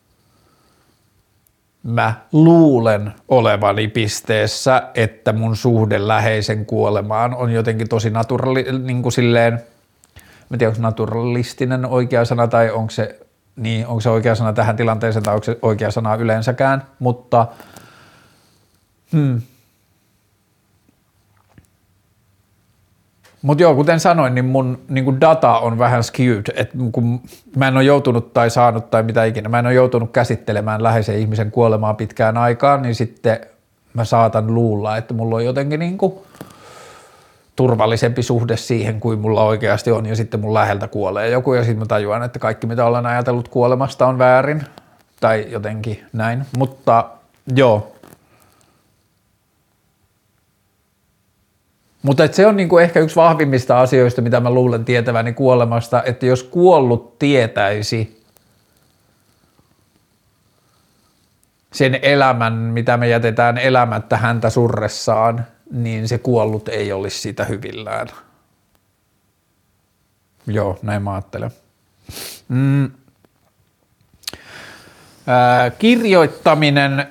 [SPEAKER 1] mä luulen olevani pisteessä, että mun suhde läheisen kuolemaan on jotenkin tosi niin kuin silleen en tiedä onko naturalistinen oikea sana tai onko se oikea sana tähän tilanteeseen tai onko se oikea sana yleensäkään, mutta Mutta joo, kuten sanoin, niin mun niin data on vähän skewed, että kun mä en ole joutunut tai saanut tai mitä ikinä, mä en ole joutunut käsittelemään läheisen ihmisen kuolemaa pitkään aikaan, niin sitten mä saatan luulla, että mulla on jotenkin niin kuin turvallisempi suhde siihen kuin mulla oikeasti on, ja sitten mun läheltä kuolee joku, ja sitten mä tajuan, että kaikki mitä olen ajatellut kuolemasta on väärin, tai jotenkin näin, mutta joo. Mutta se on niinku ehkä yksi vahvimmista asioista, mitä mä luulen tietäväni kuolemasta, että jos kuollut tietäisi sen elämän, mitä me jätetään elämättä häntä surressaan, niin se kuollut ei olisi siitä hyvillään. Joo, näin mä ajattelen. Kirjoittaminen.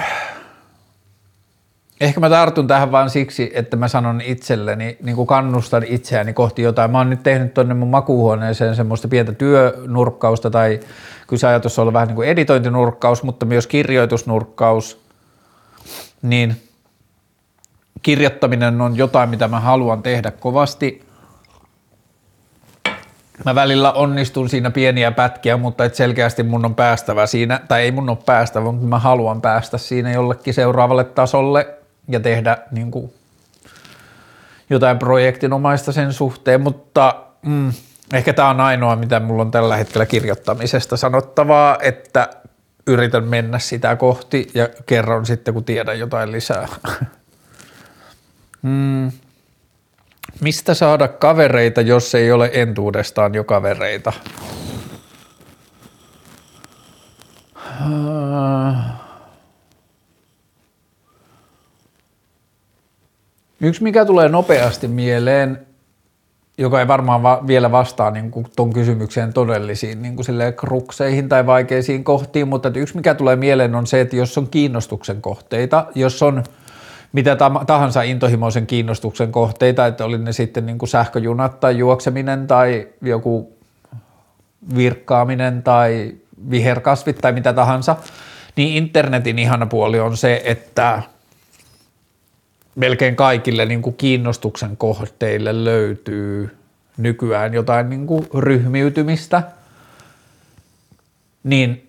[SPEAKER 1] Ehkä mä tartun tähän vaan siksi, että mä sanon itselleni, niin kuin kannustan itseäni kohti jotain. Mä oon nyt tehnyt tonne mun makuuhuoneeseen semmoista pientä työnurkkausta tai kyllä se ajatus on ollut vähän niin kuin editointinurkkaus, mutta myös kirjoitusnurkkaus. Niin kirjoittaminen on jotain, mitä mä haluan tehdä kovasti. Mä välillä onnistun siinä pieniä pätkiä, mutta et selkeästi mun on päästävä siinä, tai ei mun ole päästävä, mutta mä haluan päästä siinä jollekin seuraavalle tasolle ja tehdä niin kuin jotain projektinomaista sen suhteen, mutta ehkä tää on ainoa, mitä mulla on tällä hetkellä kirjoittamisesta sanottavaa, että yritän mennä sitä kohti ja kerron sitten, kun tiedän jotain lisää. Mistä saada kavereita, jos ei ole entuudestaan jo kavereita? Yksi, mikä tulee nopeasti mieleen, joka ei varmaan vielä vastaa niin kuin ton kysymykseen todellisiin niin kuin krukseihin tai vaikeisiin kohtiin, mutta yksi, mikä tulee mieleen, on se, että jos on kiinnostuksen kohteita, jos on mitä tahansa intohimoisen kiinnostuksen kohteita, että oli ne sitten niin kuin sähköjunat tai juokseminen tai joku virkkaaminen tai viherkasvit tai mitä tahansa, niin internetin ihana puoli on se, että melkein kaikille niin kuin kiinnostuksen kohteille löytyy nykyään jotain niin kuin ryhmiytymistä, niin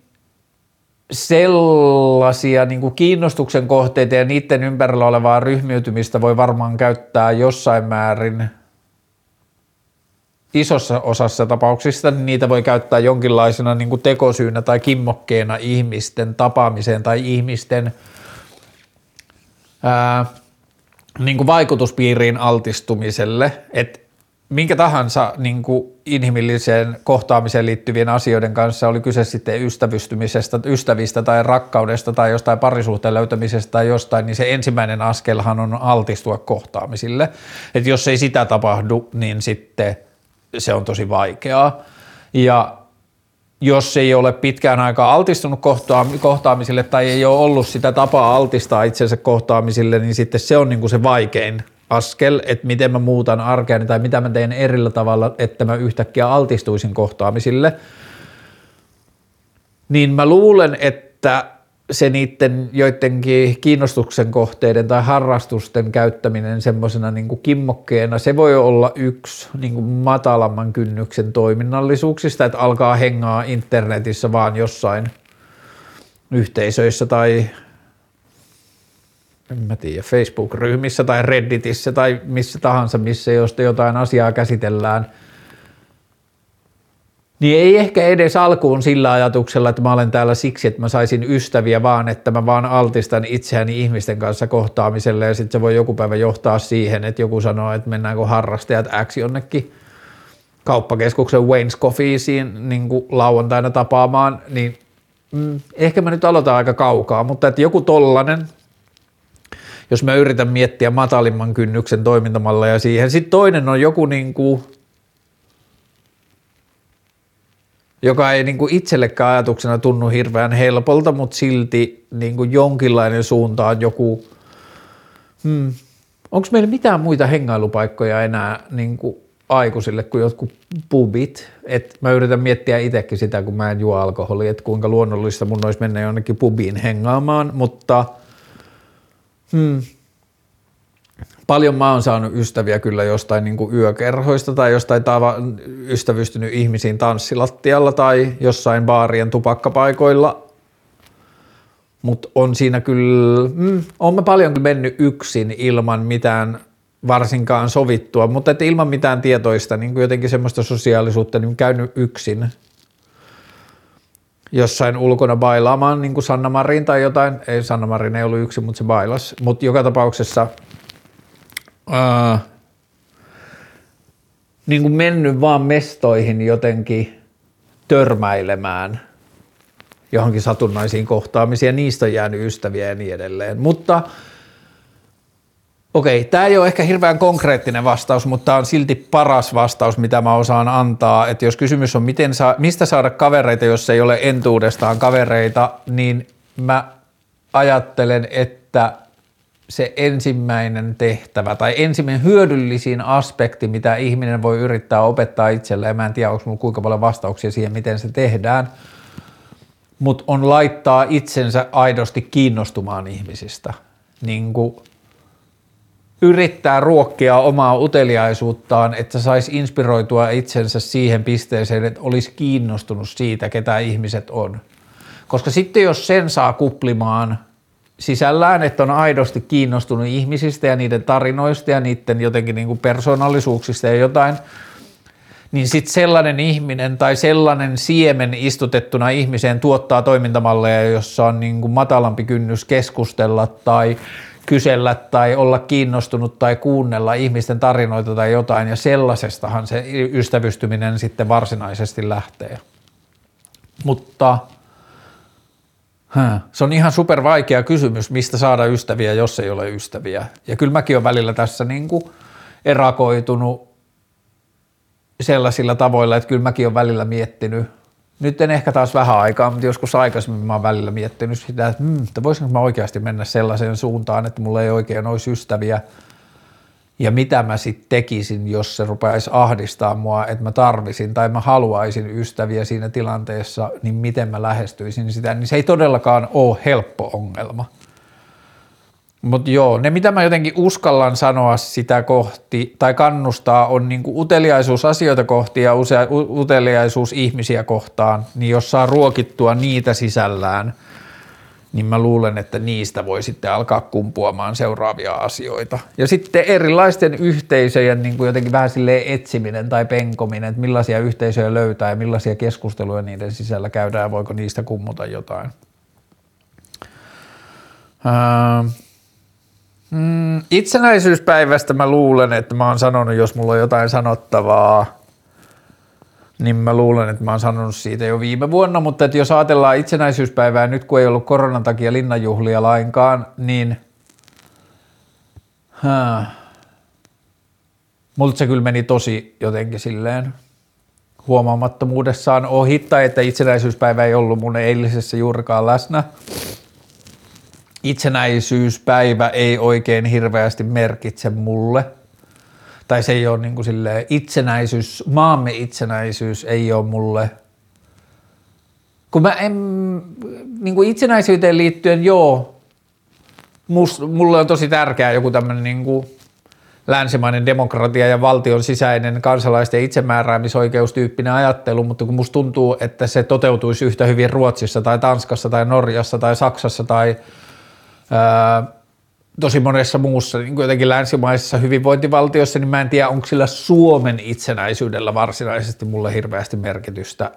[SPEAKER 1] sellaisia niin kuin kiinnostuksen kohteita ja niiden ympärillä olevaa ryhmiytymistä voi varmaan käyttää jossain määrin isossa osassa tapauksista, niin niitä voi käyttää jonkinlaisena niin kuin tekosyynä tai kimmokkeena ihmisten tapaamiseen tai ihmisten niin kuin vaikutuspiiriin altistumiselle, että minkä tahansa niin kuin inhimilliseen kohtaamiseen liittyvien asioiden kanssa, oli kyse sitten ystävystymisestä, ystävistä tai rakkaudesta tai jostain parisuhteen löytämisestä tai jostain, niin se ensimmäinen askelhan on altistua kohtaamisille. Että jos ei sitä tapahdu, niin sitten se on tosi vaikeaa. Ja jos ei ole pitkään aikaa altistunut kohtaamisille tai ei ole ollut sitä tapaa altistaa itsensä kohtaamisille, niin sitten se on niin kuin se vaikein askel, että miten mä muutan arkeani tai mitä mä teen erillä tavalla, että mä yhtäkkiä altistuisin kohtaamisille, niin mä luulen, että se niiden joidenkin kiinnostuksen kohteiden tai harrastusten käyttäminen semmoisena niin kuin kimmokkeena, se voi olla yksi niin kuin matalamman kynnyksen toiminnallisuuksista, että alkaa hengaa internetissä vaan jossain yhteisöissä tai en mä tiedä, Facebook-ryhmissä tai Redditissä tai missä tahansa, missä jotain asiaa käsitellään, niin ei ehkä edes alkuun sillä ajatuksella, että mä olen täällä siksi, että mä saisin ystäviä, vaan että mä vaan altistan itseäni ihmisten kanssa kohtaamiselle ja sitten se voi joku päivä johtaa siihen, että joku sanoo, että mennäänkö harrastajat X jonnekin kauppakeskuksen Wayne's Coffeesiin niin kuin lauantaina tapaamaan, niin ehkä mä nyt aloitan aika kaukaa, mutta että joku tollanen, jos mä yritän miettiä matalimman kynnyksen toimintamalleja siihen. Sitten toinen on joku, niin kuin, joka ei niin kuin itsellekään ajatuksena tunnu hirveän helpolta, mutta silti niin kuin jonkinlainen suunta on joku, onko meillä mitään muita hengailupaikkoja enää niin kuin aikuisille kuin jotkut pubit. Et mä yritän miettiä itsekin sitä, kun mä en juo alkoholia, että kuinka luonnollista mun olisi mennä jonnekin pubiin hengaamaan, mutta paljon mä oon saanut ystäviä kyllä jostain niin kuin yökerhoista tai jostain ystävystynyt ihmisiin tanssilattialla tai jossain baarien tupakkapaikoilla, mutta on siinä kyllä, oon mä paljon mennyt yksin ilman mitään varsinkaan sovittua, mutta että ilman mitään tietoista niin kuin jotenkin semmoista sosiaalisuutta, niin käynyt yksin jossain ulkona bailaamaan niin kuin Sanna Marin tai jotain, ei Sanna Marin ei ollut yksin, mutta se bailas, mutta joka tapauksessa niin kuin mennyt vaan mestoihin jotenkin törmäilemään johonkin satunnaisiin kohtaamisiin ja niistä on jäänyt ystäviä ja niin edelleen, mutta okei, tämä ei ole ehkä hirveän konkreettinen vastaus, mutta tämä on silti paras vastaus, mitä mä osaan antaa, että jos kysymys on mistä saada kavereita, jos ei ole entuudestaan kavereita, niin mä ajattelen, että se ensimmäinen tehtävä tai ensimmäinen hyödyllisin aspekti, mitä ihminen voi yrittää opettaa itselleen, mä en tiedä, onko mulla kuinka paljon vastauksia siihen, miten se tehdään, mutta on laittaa itsensä aidosti kiinnostumaan ihmisistä, niin kuin yrittää ruokkia omaa uteliaisuuttaan, että saisi inspiroitua itsensä siihen pisteeseen, että olisi kiinnostunut siitä, ketä ihmiset on. Koska sitten jos sen saa kuplimaan sisällään, että on aidosti kiinnostunut ihmisistä ja niiden tarinoista ja niiden jotenkin niin kuin persoonallisuuksista ja jotain, niin sitten sellainen ihminen tai sellainen siemen istutettuna ihmiseen tuottaa toimintamalleja, jossa on niin kuin matalampi kynnys keskustella tai kysellä tai olla kiinnostunut tai kuunnella ihmisten tarinoita tai jotain, ja sellaisestahan se ystävystyminen sitten varsinaisesti lähtee. Mutta se on ihan super vaikea kysymys, mistä saada ystäviä, jos ei ole ystäviä. Ja kyllä mäkin olen välillä tässä niin kuin erakoitunut sellaisilla tavoilla, että kyllä mäkin olen välillä miettinyt, nyt en ehkä taas vähän aikaa, mutta joskus aikaisemmin mä oon välillä miettinyt sitä, että voisinko mä oikeasti mennä sellaiseen suuntaan, että mulla ei oikein olisi ystäviä ja mitä mä sitten tekisin, jos se rupeaisi ahdistaa mua, että mä tarvisin tai mä haluaisin ystäviä siinä tilanteessa, niin miten mä lähestyisin sitä, niin se ei todellakaan ole helppo ongelma. Mutta joo, ne mitä mä jotenkin uskallan sanoa sitä kohti tai kannustaa on niinku uteliaisuus asioita kohti ja uteliaisuus ihmisiä kohtaan, niin jos saa ruokittua niitä sisällään, niin mä luulen, että niistä voi sitten alkaa kumpuamaan seuraavia asioita. Ja sitten erilaisten yhteisöjen niin kuin jotenkin vähän silleen etsiminen tai penkominen, että millaisia yhteisöjä löytää ja millaisia keskusteluja niiden sisällä käydään ja voiko niistä kummuta jotain. Itsenäisyyspäivästä mä luulen, että mä oon sanonut, jos mulla on jotain sanottavaa, niin mä luulen, että mä oon sanonut siitä jo viime vuonna, mutta että jos ajatellaan itsenäisyyspäivää nyt, kun ei ollut koronan takia linnanjuhlia lainkaan, niin multa se kyllä meni tosi jotenkin silleen huomaamattomuudessaan ohi, tai että itsenäisyyspäivä ei ollut mun eilisessä juurikaan läsnä. Itsenäisyyspäivä ei oikein hirveästi merkitse mulle. Tai se ei ole niin kuin silleen itsenäisyys, maamme itsenäisyys ei ole mulle. Kun mä en, niin kuin itsenäisyyteen liittyen mulle on tosi tärkeää joku tämmöinen niin kuin länsimainen demokratia ja valtion sisäinen kansalaisten itsemääräämisoikeustyyppinen ajattelu, mutta kun musta tuntuu, että se toteutuisi yhtä hyvin Ruotsissa tai Tanskassa tai Norjassa tai Saksassa tai tosi monessa muussa niin kuin jotenkin länsimaisessa hyvinvointivaltiossa, niin mä en tiedä, onko sillä Suomen itsenäisyydellä varsinaisesti mulle hirveästi merkitystä.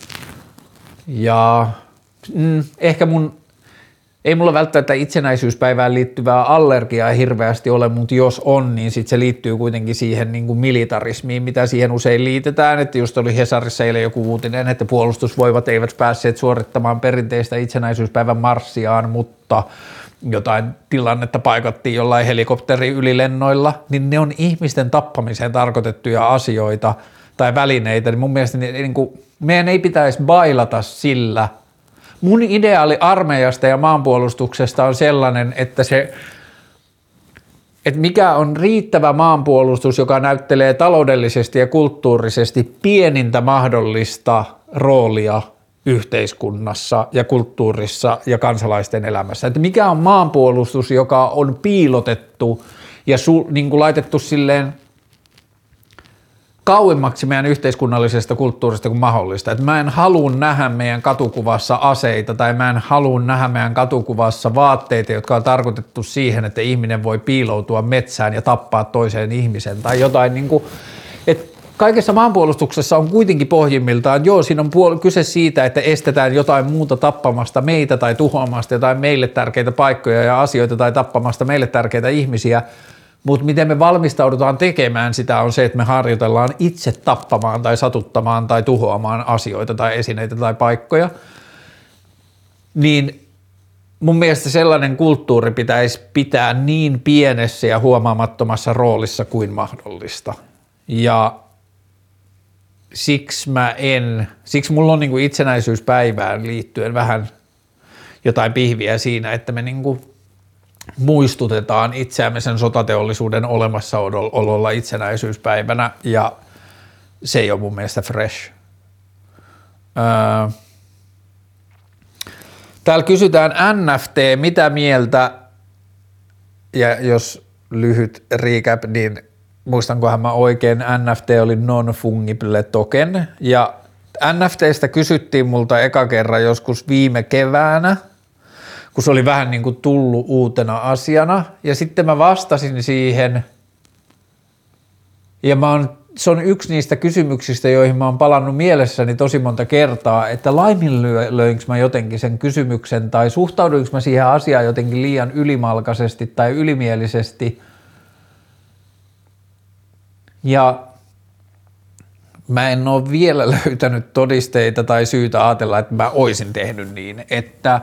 [SPEAKER 1] Ja ehkä ei mulla välttämättä itsenäisyyspäivään liittyvää allergiaa hirveästi ole, mutta jos on, niin sit se liittyy kuitenkin siihen niin kuin militarismiin, mitä siihen usein liitetään, että just oli Hesarissa eilen joku uutinen, että puolustusvoimat eivät päässeet suorittamaan perinteistä itsenäisyyspäivän marssiaan, mutta jotain tilannetta paikattiin jollain helikopteriylilennoilla, niin ne on ihmisten tappamiseen tarkoitettuja asioita tai välineitä, niin mun mielestä niin kuin, meidän ei pitäisi bailata sillä. Mun ideaali armeijasta ja maanpuolustuksesta on sellainen, että se että mikä on riittävä maanpuolustus, joka näyttelee taloudellisesti ja kulttuurisesti pienintä mahdollista roolia yhteiskunnassa ja kulttuurissa ja kansalaisten elämässä. Että mikä on maanpuolustus, joka on piilotettu ja niin kuin laitettu silleen kauemmaksi meidän yhteiskunnallisesta kulttuurista kuin mahdollista. Että mä en halua nähdä meidän katukuvassa aseita tai mä en halua nähdä meidän katukuvassa vaatteita, jotka on tarkoitettu siihen, että ihminen voi piiloutua metsään ja tappaa toiseen ihmisen tai jotain niin kuin, että kaikessa maanpuolustuksessa on kuitenkin pohjimmiltaan, siinä on kyse siitä, että estetään jotain muuta tappamasta meitä tai tuhoamasta jotain meille tärkeitä paikkoja ja asioita tai tappamasta meille tärkeitä ihmisiä, mutta miten me valmistaudutaan tekemään sitä on se, että me harjoitellaan itse tappamaan tai satuttamaan tai tuhoamaan asioita tai esineitä tai paikkoja, niin mun mielestä sellainen kulttuuri pitäisi pitää niin pienessä ja huomaamattomassa roolissa kuin mahdollista. Ja siksi mulla on niin kuin itsenäisyyspäivään liittyen vähän jotain pihviä siinä, että me niin kuin muistutetaan itseämme sen sotateollisuuden olemassaololla itsenäisyyspäivänä ja se ei ole mun mielestä fresh. Täällä kysytään NFT, mitä mieltä, ja jos lyhyt recap, niin muistankohan mä oikein, NFT oli non-fungible token, ja NFTstä kysyttiin multa eka kerran joskus viime keväänä, kun se oli vähän niin kuin tullut uutena asiana, ja sitten mä vastasin siihen, ja se on yksi niistä kysymyksistä, joihin mä oon palannut mielessäni tosi monta kertaa, että laiminlöinkö mä jotenkin sen kysymyksen, tai suhtauduinko mä siihen asiaan jotenkin liian ylimalkaisesti tai ylimielisesti, ja mä en ole vielä löytänyt todisteita tai syytä ajatella, että mä oisin tehnyt niin, että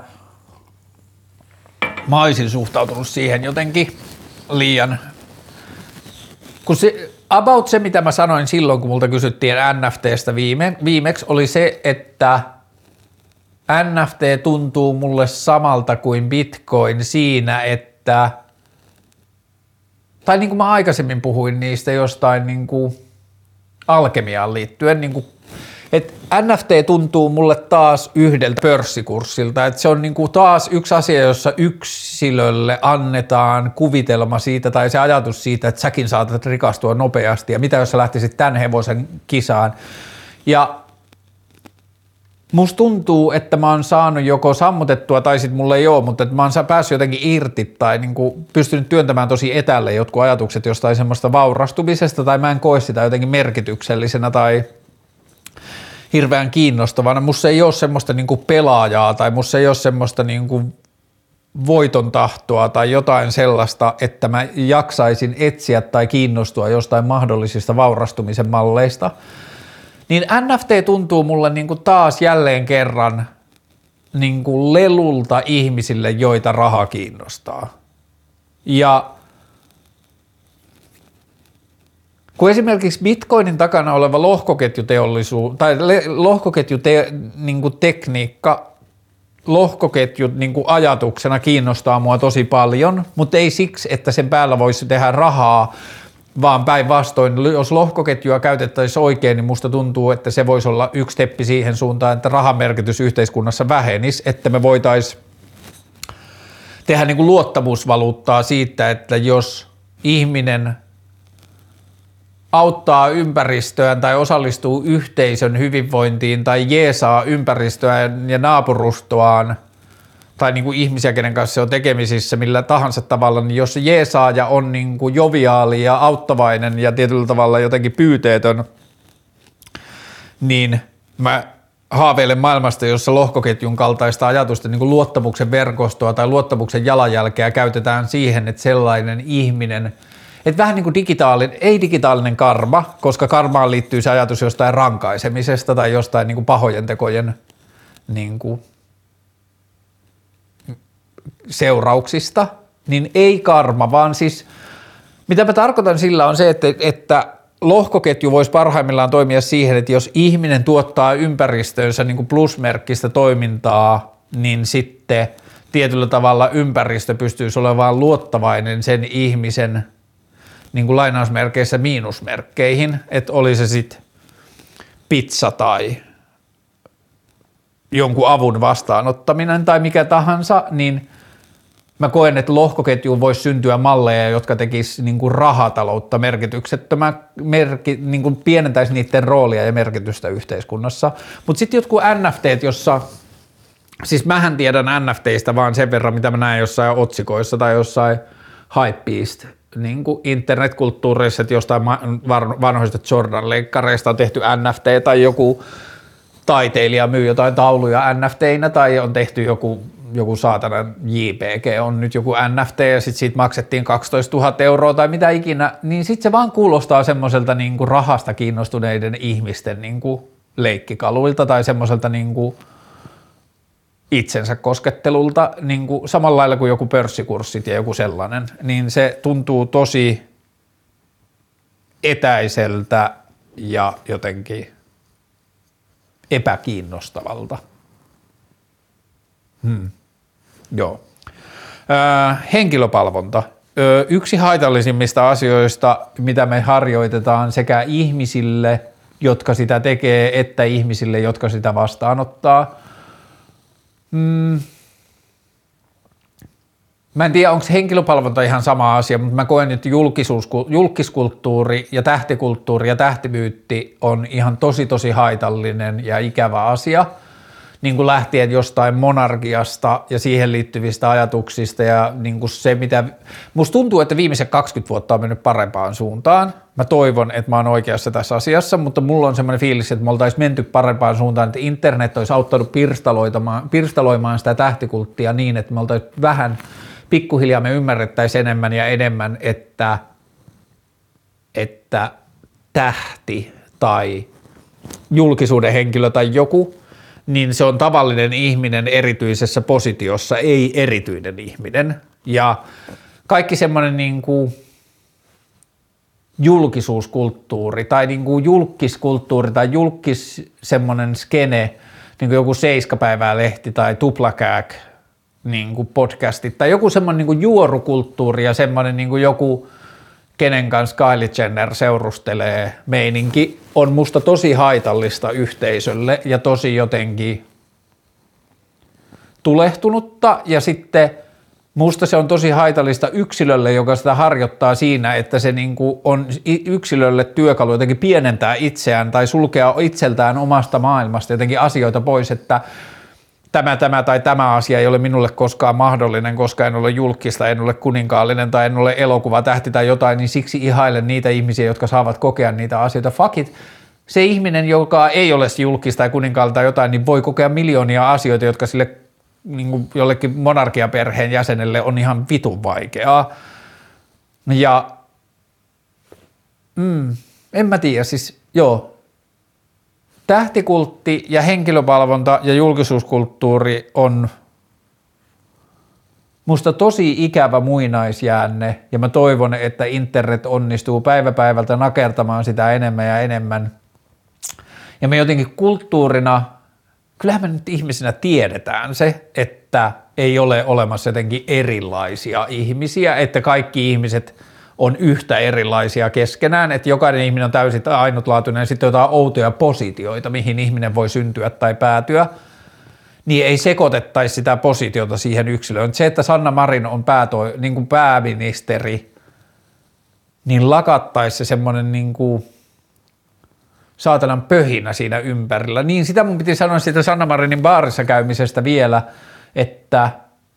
[SPEAKER 1] mä oisin suhtautunut siihen jotenkin liian, kun se mitä mä sanoin silloin, kun multa kysyttiin NFTstä viimeksi, oli se, että NFT tuntuu mulle samalta kuin Bitcoin siinä, että, tai niin kuin mä aikaisemmin puhuin niistä jostain niin kuin alkemiaan liittyen, niin kuin, että NFT tuntuu mulle taas yhdeltä pörssikurssilta, että se on niin kuin taas yksi asia, jossa yksilölle annetaan kuvitelma siitä tai se ajatus siitä, että säkin saatat rikastua nopeasti ja mitä jos sä lähtisit tämän hevosen kisaan. Ja musta tuntuu, että mä oon saanut joko sammutettua tai sit mulla ei ole, mutta että mä oon päässyt jotenkin irti tai niin kuin pystynyt työntämään tosi etäälle jotkut ajatukset jostain semmoista vaurastumisesta tai mä en koe sitä jotenkin merkityksellisenä tai hirveän kiinnostavana. Musta ei ole semmoista niin kuin pelaajaa tai musta ei ole semmoista niin kuin voiton tahtoa tai jotain sellaista, että mä jaksaisin etsiä tai kiinnostua jostain mahdollisista vaurastumisen malleista. Niin NFT tuntuu mulle niin kuin taas jälleen kerran niin kuin lelulta ihmisille, joita raha kiinnostaa. Ja kun esimerkiksi Bitcoinin takana oleva lohkoketjutekniikka, lohkoketjut niin kuin ajatuksena kiinnostaa mua tosi paljon, mutta ei siksi, että sen päällä voisi tehdä rahaa, vaan päinvastoin, jos lohkoketjua käytettäisiin oikein, niin musta tuntuu, että se voisi olla yksi steppi siihen suuntaan, että rahan merkitys yhteiskunnassa vähenisi, että me voitaisiin tehdä niin kuin luottamusvaluuttaa siitä, että jos ihminen auttaa ympäristöään tai osallistuu yhteisön hyvinvointiin tai jeesaa ympäristöään ja naapurustoaan tai niin kuin ihmisiä, kenen kanssa se on tekemisissä millä tahansa tavalla, niin jos jeesaaja on niin kuin joviaali ja auttavainen ja tietyllä tavalla jotenkin pyyteetön, niin mä haaveilen maailmasta, jossa lohkoketjun kaltaista ajatusta, niin kuin luottamuksen verkostoa tai luottamuksen jalanjälkeä käytetään siihen, että sellainen ihminen, että vähän niin kuin digitaalinen karma, koska karmaan liittyy se ajatus jostain rankaisemisesta tai jostain niin kuin pahojen tekojen niin kuin seurauksista, niin ei karma, vaan siis mitä mä tarkoitan sillä on se, että lohkoketju voisi parhaimmillaan toimia siihen, että jos ihminen tuottaa ympäristöönsä niin kuin plusmerkkistä toimintaa, niin sitten tietyllä tavalla ympäristö pystyisi olemaan luottavainen sen ihmisen niin kuin lainausmerkeissä miinusmerkkeihin, että oli se sitten pizza tai jonkun avun vastaanottaminen tai mikä tahansa, niin mä koen, että lohkoketjuun voisi syntyä malleja, jotka tekis niin kuin rahataloutta niin kuin pienentäisi niiden roolia ja merkitystä yhteiskunnassa. Mutta sitten jotkut NFTt, jossa, siis mähän tiedän NFTistä vaan sen verran, mitä mä näen jossain otsikoissa tai jossain Hypebeast, niin kuin internetkulttuurissa, että jostain vanhoista Jordan-leikkareista on tehty NFT tai joku taiteilija myy jotain tauluja NFTinä tai on tehty joku saatanan JPG on nyt joku NFT ja sitten siitä maksettiin 12 000 euroa tai mitä ikinä, niin sitten se vaan kuulostaa semmoiselta niinku rahasta kiinnostuneiden ihmisten niinku leikkikaluilta tai semmoiselta niinku itsensä koskettelulta niinku samalla lailla kuin joku pörssikurssit ja joku sellainen, niin se tuntuu tosi etäiseltä ja jotenkin epäkiinnostavalta. Joo. Henkilöpalvonta. Yksi haitallisimmista asioista, mitä me harjoitetaan sekä ihmisille, jotka sitä tekee, että ihmisille, jotka sitä vastaanottaa. Mä en tiedä, onko henkilöpalvonta ihan sama asia, mutta mä koen, että julkiskulttuuri ja tähtikulttuuri ja tähtimyytti on ihan tosi haitallinen ja ikävä asia. Niin kuin lähtien jostain monarkiasta ja siihen liittyvistä ajatuksista ja niin kuin se, mitä musta tuntuu, että viimeiset 20 vuotta on mennyt parempaan suuntaan. Mä toivon, että mä oon oikeassa tässä asiassa, mutta mulla on semmoinen fiilis, että me oltaisiin menty parempaan suuntaan, että internet olisi auttanut pirstaloimaan sitä tähtikulttia niin, että me oltaisiin vähän pikkuhiljaa me ymmärrettäisiin enemmän ja enemmän, että tähti tai julkisuuden henkilö tai joku, niin se on tavallinen ihminen erityisessä positiossa, ei erityinen ihminen. Ja kaikki semmoinen niin kuin julkisuuskulttuuri tai niin kuin julkiskulttuuri tai semmoinen skene, niin kuin joku Seiskapäivää-lehti tai Tuplakääk niin kuin podcastit tai joku semmoinen niin kuin juorukulttuuri ja semmoinen niin kuin joku kenen kanssa Kylie Jenner seurustelee meininki, on musta tosi haitallista yhteisölle ja tosi jotenkin tulehtunutta ja sitten musta se on tosi haitallista yksilölle, joka sitä harjoittaa siinä, että se niinku on yksilölle työkalu jotenkin pienentää itseään tai sulkea itseltään omasta maailmasta jotenkin asioita pois, että tämä asia ei ole minulle koskaan mahdollinen, koska en ole julkista, en ole kuninkaallinen tai en ole elokuvatähti tai jotain, niin siksi ihailen niitä ihmisiä, jotka saavat kokea niitä asioita. Fuck it. Se ihminen, joka ei ole julkista tai kuninkaallinen tai jotain, niin voi kokea miljoonia asioita, jotka sille niin kuin jollekin monarkiaperheen jäsenelle on ihan vitun vaikeaa. Ja en mä tiedä, siis joo. Tähtikultti ja henkilöpalvonta ja julkisuuskulttuuri on musta tosi ikävä muinaisjäänne ja mä toivon, että internet onnistuu päivä päivältä nakertamaan sitä enemmän ja enemmän. Ja me jotenkin kulttuurina, kyllähän me nyt ihmisinä tiedetään se, että ei ole olemassa jotenkin erilaisia ihmisiä, että kaikki ihmiset on yhtä erilaisia keskenään, että jokainen ihminen on täysin ainutlaatuinen ja sitten jotain outoja positioita, mihin ihminen voi syntyä tai päätyä, niin ei sekoitettaisi sitä positiota siihen yksilöön. Se, että Sanna Marin on niin kuin pääministeri, niin lakattaisi se semmoinen niin kuin saatanan pöhinä siinä ympärillä. Niin sitä mun piti sanoa siitä Sanna Marinin baarissa käymisestä vielä, että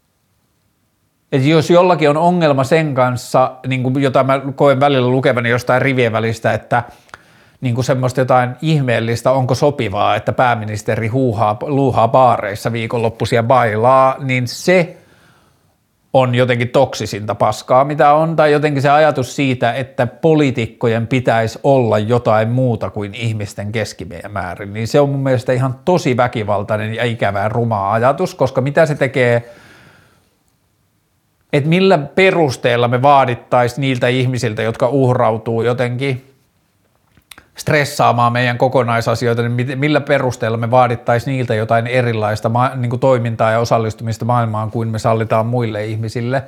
[SPEAKER 1] jos jollakin on ongelma sen kanssa, niin kuin jota mä koen välillä lukevani jostain rivien välistä, että niin kuin semmoista jotain ihmeellistä, onko sopivaa, että pääministeri luuhaa baareissa viikonloppuisia bailaa, niin se on jotenkin toksisinta paskaa, mitä on, tai jotenkin se ajatus siitä, että poliitikkojen pitäisi olla jotain muuta kuin ihmisten keskimäärin, niin se on mun mielestä ihan tosi väkivaltainen ja ikävä ruma ajatus, koska mitä se tekee, että millä perusteella me vaadittaisiin niiltä ihmisiltä, jotka uhrautuu jotenkin stressaamaan meidän kokonaisasioita, niin millä perusteella me vaadittaisiin niiltä jotain erilaista niin kuin toimintaa ja osallistumista maailmaan kuin me sallitaan muille ihmisille.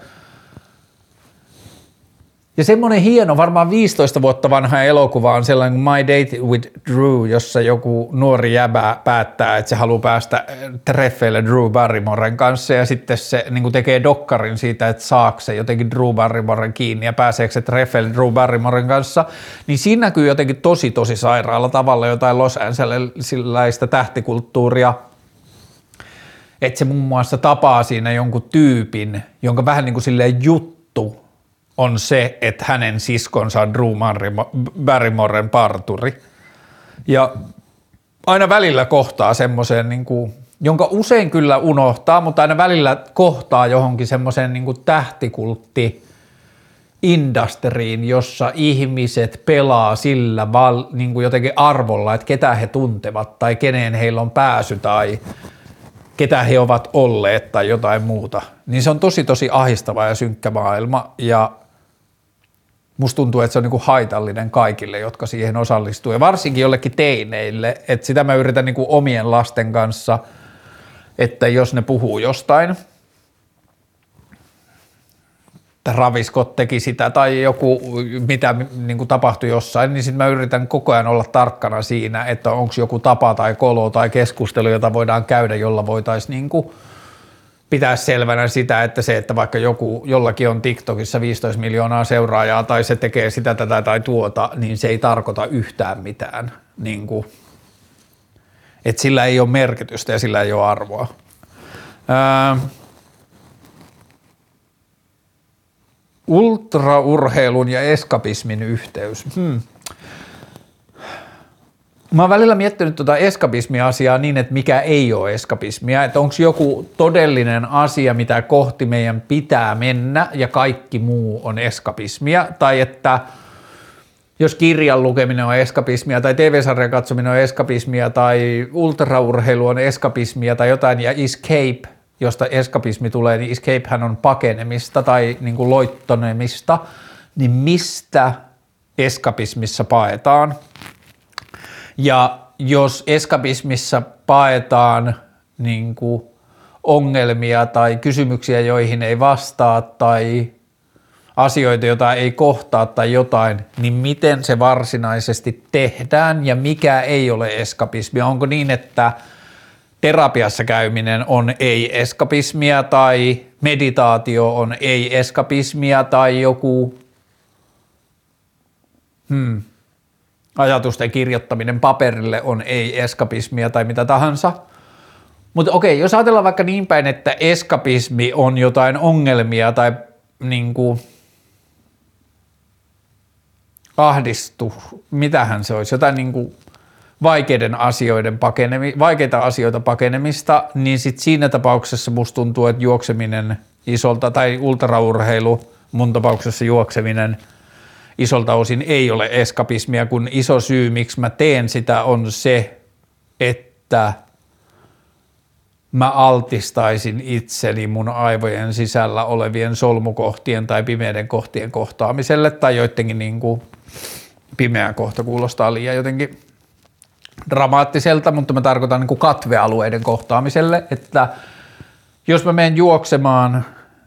[SPEAKER 1] Ja semmoinen hieno, varmaan 15 vuotta vanha elokuva on sellainen kuin My Date with Drew, jossa joku nuori jäbä päättää, että se haluaa päästä treffeille Drew Barrymoren kanssa ja sitten se niin kuin tekee dokkarin siitä, että saako se jotenkin Drew Barrymoren kiinni ja pääseekö se treffeille Drew Barrymoren kanssa, niin siinä näkyy jotenkin tosi sairaalla tavalla jotain Los Angelesilaista tähtikulttuuria, että se muun muassa tapaa siinä jonkun tyypin, jonka vähän niin kuin silleen juttu on se, että hänen siskonsa on Drew Barrymoren parturi. Ja aina välillä kohtaa semmoiseen, niin kuin, jonka usein kyllä unohtaa, mutta aina välillä kohtaa johonkin semmoiseen niin kuin tähtikultti industryyn, jossa ihmiset pelaa sillä niin kuin jotenkin arvolla, että ketä he tuntevat tai keneen heillä on pääsy tai ketä he ovat olleet tai jotain muuta. Niin se on tosi ahistava ja synkkä maailma ja musta tuntuu, että se on niinku haitallinen kaikille, jotka siihen osallistuu ja varsinkin jollekin teineille, että sitä mä yritän niinku omien lasten kanssa, että jos ne puhuu jostain, että Travis Scott teki sitä tai joku, mitä niinku tapahtui jossain, niin sitten mä yritän koko ajan olla tarkkana siinä, että onko joku tapa tai kolo tai keskustelu, jota voidaan käydä, jolla voitaisiin niinku pitää selvänä sitä, että se, että vaikka jollakin on TikTokissa 15 miljoonaa seuraajaa tai se tekee sitä, tätä tai tuota, niin se ei tarkoita yhtään mitään. Niin kuin, että sillä ei ole merkitystä ja sillä ei ole arvoa. Ultraurheilun ja eskapismin yhteys. Mä oon välillä miettinyt tuota eskapismi-asiaa niin, että mikä ei ole eskapismia, että onko joku todellinen asia, mitä kohti meidän pitää mennä ja kaikki muu on eskapismia, tai että jos kirjan lukeminen on eskapismia tai TV-sarjan katsominen on eskapismia tai ultraurheilu on eskapismia tai jotain ja escape, josta eskapismi tulee, niin escapehän on pakenemista tai niin kuin loittonemista, niin mistä eskapismissa paetaan? Ja jos eskapismissa paetaan niin kuin ongelmia tai kysymyksiä, joihin ei vastaa tai asioita, joita ei kohtaa tai jotain, niin miten se varsinaisesti tehdään ja mikä ei ole eskapismia? Onko niin, että terapiassa käyminen on ei-eskapismia tai meditaatio on ei-eskapismia tai joku ajatusten kirjoittaminen paperille on ei-eskapismia tai mitä tahansa. Mutta okei, jos ajatellaan vaikka niin päin, että eskapismi on jotain ongelmia tai niinku mitähän se olisi, jotain niinku vaikeita asioita pakenemista, niin sit siinä tapauksessa musta tuntuu, että juokseminen isolta tai ultraurheilu, mun tapauksessa juokseminen isolta osin ei ole eskapismia, kun iso syy, miksi mä teen sitä, on se, että mä altistaisin itseni mun aivojen sisällä olevien solmukohtien tai pimeiden kohtien kohtaamiselle tai joidenkin niin kuin pimeä kohta kuulostaa liian jotenkin dramaattiselta, mutta mä tarkoitan niin kuin katvealueiden kohtaamiselle, että jos mä menen juoksemaan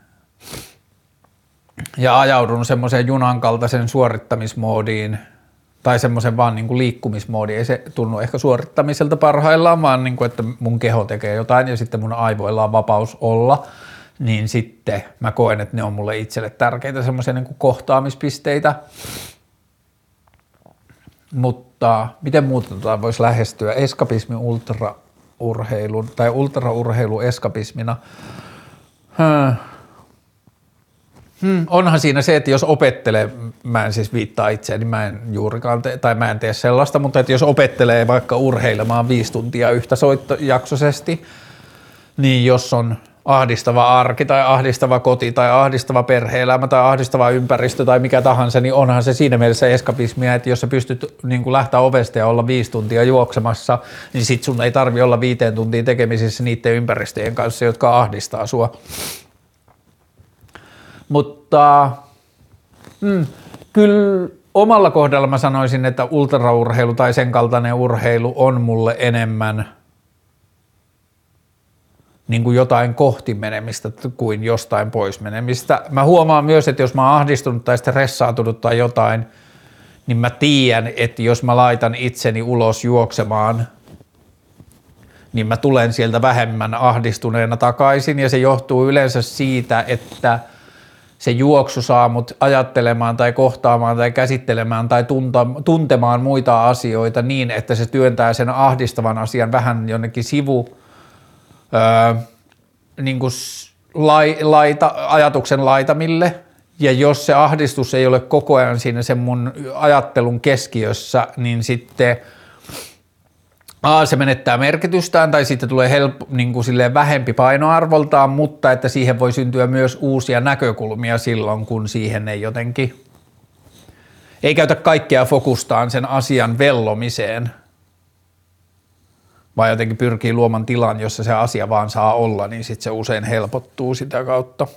[SPEAKER 1] ja ajaudun semmoiseen junan kaltaisen suorittamismoodiin tai semmoisen vaan niin kuin liikkumismoodiin, ei se tunnu ehkä suorittamiselta parhaillaan, vaan niin kuin, että mun keho tekee jotain ja sitten mun aivoilla on vapaus olla, niin sitten mä koen, että ne on mulle itselle tärkeitä semmoisia niin kuin kohtaamispisteitä. Mutta miten muuta voisi lähestyä eskapismi ultraurheilun tai ultraurheilu eskapismina? Onhan siinä se, että jos opettelee, mä en siis viittaa itseäni, mä en juurikaan mä en tee sellaista, mutta että jos opettelee vaikka urheilemaan 5 tuntia yhtä soittojaksoisesti, niin jos on ahdistava arki tai ahdistava koti tai ahdistava perhe-elämä tai ahdistava ympäristö tai mikä tahansa, niin onhan se siinä mielessä eskapismia, että jos sä pystyt niin kuin lähteä ovesta ja olla 5 tuntia juoksemassa, niin sit sun ei tarvi olla 5 tuntia tekemisissä niiden ympäristöjen kanssa, jotka ahdistaa sua. Mutta kyllä omalla kohdalla mä sanoisin, että ultraurheilu tai sen kaltainen urheilu on mulle enemmän niin kuin jotain kohti menemistä kuin jostain pois menemistä. Mä huomaan myös, että jos mä oon ahdistunut tai stressaantunut tai jotain, niin mä tiedän, että jos mä laitan itseni ulos juoksemaan, niin mä tulen sieltä vähemmän ahdistuneena takaisin ja se johtuu yleensä siitä, että se juoksu saa mut ajattelemaan tai kohtaamaan tai käsittelemään tai tuntemaan muita asioita niin, että se työntää sen ahdistavan asian vähän jonnekin niin kuin ajatuksen laitamille. Ja jos se ahdistus ei ole koko ajan siinä sen mun ajattelun keskiössä, niin sitten se menettää merkitystään tai sitten tulee niin kuin silleen vähempi painoarvoltaan, mutta että siihen voi syntyä myös uusia näkökulmia silloin, kun siihen ei käytä kaikkea fokustaan sen asian vellomiseen, vaan jotenkin pyrkii luomaan tilan, jossa se asia vaan saa olla, niin sitten se usein helpottuu sitä kautta.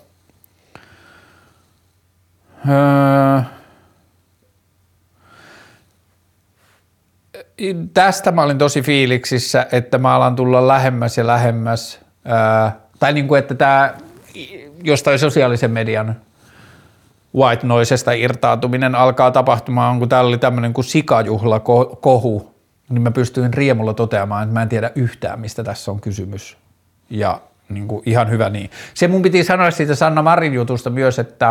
[SPEAKER 1] Tästä mä olin tosi fiiliksissä, että mä alan tulla lähemmäs ja lähemmäs, tai niin kuin, että tämä jostain sosiaalisen median white noisesta irtautuminen alkaa tapahtumaan, kun täällä oli tämmöinen kuin sikajuhlakohu, niin mä pystyin riemulla toteamaan, että mä en tiedä yhtään, mistä tässä on kysymys. Ja niin kuin ihan hyvä niin. Se mun piti sanoa siitä Sanna Marin jutusta myös, että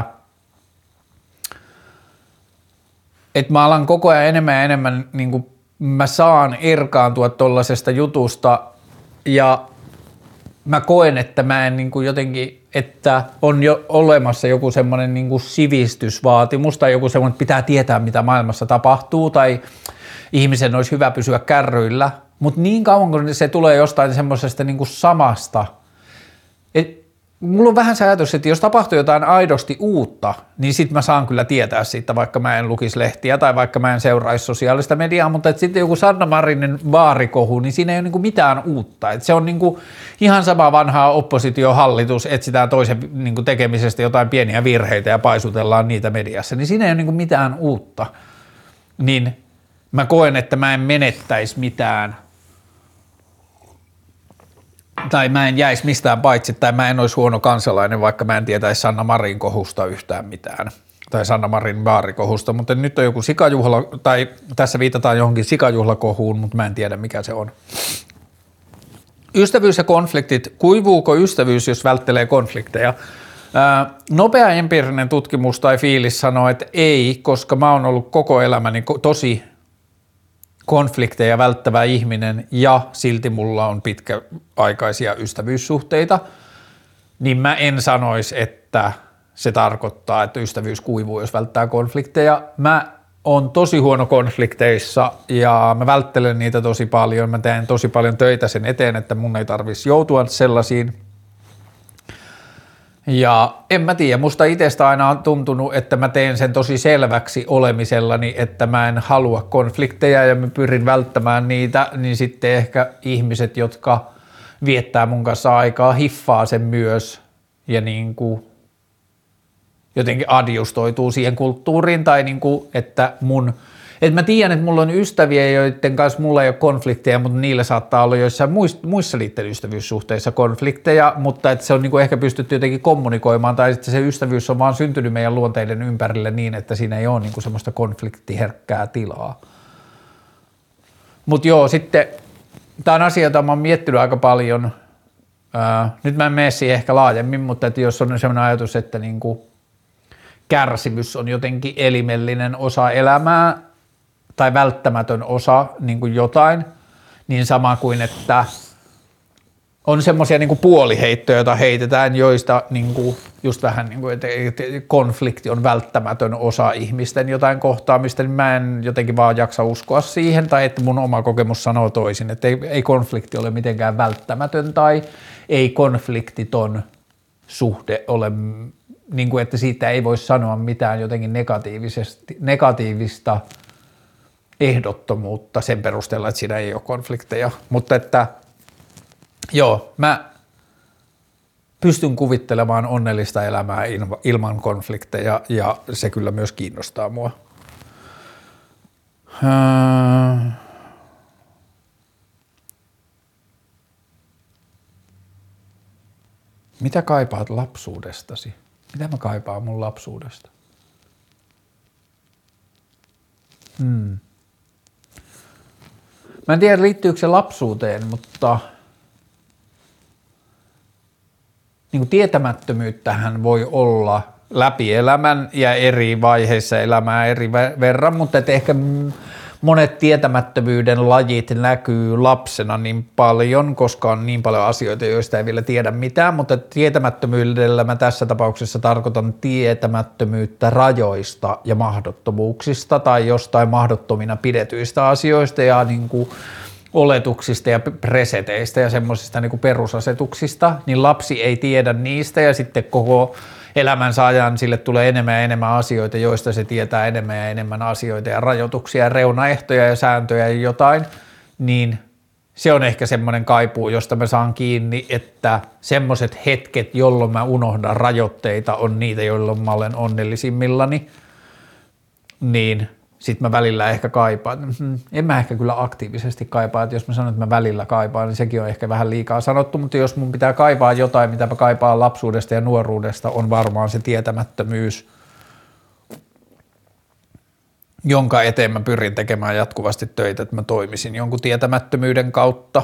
[SPEAKER 1] mä alan koko ajan enemmän ja enemmän, niin kuin mä saan erkaantua tollasesta jutusta ja mä koen, että mä en niin kuin jotenkin, että on jo olemassa joku semmoinen niin kuin sivistysvaatimus tai joku semmoinen, että pitää tietää, mitä maailmassa tapahtuu tai ihmisen olisi hyvä pysyä kärryillä, mutta niin kauan kun se tulee jostain semmoisesta niin kuin samasta, mulla on vähän se ajatus, että jos tapahtuu jotain aidosti uutta, niin sit mä saan kyllä tietää siitä, vaikka mä en lukisi lehtiä tai vaikka mä en seuraisi sosiaalista mediaa, mutta että sitten joku Sanna Marinin vaarikohu, niin siinä ei ole niinku mitään uutta. Et se on niinku ihan sama vanhaa oppositiohallitus, etsitään toisen niinku tekemisestä jotain pieniä virheitä ja paisutellaan niitä mediassa, niin siinä ei ole niinku mitään uutta. Niin mä koen, että mä en menettäisi mitään tai mä en jäisi mistään paitsi, tai mä en olisi huono kansalainen, vaikka mä en tietäisi Sanna Marin kohusta yhtään mitään, tai Sanna Marin vaarikohusta, mutta nyt on joku sikajuhla, tai tässä viitataan johonkin sikajuhlakohuun, mutta mä en tiedä mikä se on. Ystävyys ja konfliktit. Kuivuuko ystävyys, jos välttelee konflikteja? Nopea empiirinen tutkimus tai fiilis sanoo, että ei, koska mä oon ollut koko elämäni tosi konflikteja välttävä ihminen ja silti mulla on pitkäaikaisia ystävyyssuhteita, niin mä en sanoisi, että se tarkoittaa, että ystävyys kuivuu, jos välttää konflikteja. Mä oon tosi huono konflikteissa ja mä välttelen niitä tosi paljon. Mä teen tosi paljon töitä sen eteen, että mun ei tarvitsisi joutua sellaisiin. Ja en mä tiedä, musta itsestä aina on tuntunut, että mä teen sen tosi selväksi olemisellani, että mä en halua konflikteja ja mä pyrin välttämään niitä, niin sitten ehkä ihmiset, jotka viettää mun kanssa aikaa, hiffaa sen myös ja niin kuin jotenkin adjustoituu siihen kulttuuriin tai niin kuin, että mä tiedän, että mulla on ystäviä, joiden kanssa mulla ei ole konflikteja, mutta niillä saattaa olla joissain muissa niiden ystävyyssuhteissa konflikteja, mutta että se on niin kuin ehkä pystytty jotenkin kommunikoimaan tai sitten se ystävyys on vaan syntynyt meidän luonteiden ympärille niin, että siinä ei ole niin kuin semmoista konfliktiherkkää tilaa. Mutta joo, sitten tämä on asia, jota mä oon miettinyt aika paljon. Nyt mä en mene siihen ehkä laajemmin, mutta että jos on semmoinen ajatus, että niin kuin kärsimys on jotenkin elimellinen osa elämää, tai välttämätön osa niin kuin jotain, niin sama kuin, että on semmoisia niin kuin puoliheittoja, joita heitetään, joista niin kuin just vähän niin kuin, että konflikti on välttämätön osa ihmisten jotain kohtaamista, niin mä en jotenkin vaan jaksa uskoa siihen, tai että mun oma kokemus sanoo toisin, että ei konflikti ole mitenkään välttämätön, tai ei konfliktiton suhde ole, niin kuin, että siitä ei voi sanoa mitään jotenkin negatiivista ehdottomuutta sen perusteella, että siinä ei ole konflikteja, mutta että joo, mä pystyn kuvittelemaan onnellista elämää ilman konflikteja ja se kyllä myös kiinnostaa mua. Mitä kaipaat lapsuudestasi? Mitä mä kaipaan mun lapsuudesta? Mä en tiedä liittyykö se lapsuuteen, mutta niin kuin tietämättömyyttähän voi olla läpi elämän ja eri vaiheissa elämää eri verran, mutta et ehkä monet tietämättömyyden lajit näkyy lapsena niin paljon, koska on niin paljon asioita, joista ei vielä tiedä mitään, mutta tietämättömyydellä mä tässä tapauksessa tarkoitan tietämättömyyttä rajoista ja mahdottomuuksista tai jostain mahdottomina pidetyistä asioista ja niin kuin oletuksista ja preseteistä ja semmoisista niin kuin perusasetuksista, niin lapsi ei tiedä niistä ja sitten koko elämänsä ajan sille tulee enemmän ja enemmän asioita, joista se tietää enemmän ja enemmän asioita ja rajoituksia ja reunaehtoja ja sääntöjä ja jotain, niin se on ehkä semmoinen kaipuu, josta mä saan kiinni, että semmoiset hetket, jolloin mä unohdan rajoitteita, on niitä, jolloin mä olen onnellisimmillani, niin sit mä välillä ehkä kaipaan. En mä ehkä kyllä aktiivisesti kaipaa, että jos mä sanon, että mä välillä kaipaan, niin sekin on ehkä vähän liikaa sanottu, mutta jos mun pitää kaipaa jotain, mitä mä kaipaan lapsuudesta ja nuoruudesta, on varmaan se tietämättömyys, jonka eteen mä pyrin tekemään jatkuvasti töitä, että mä toimisin jonkun tietämättömyyden kautta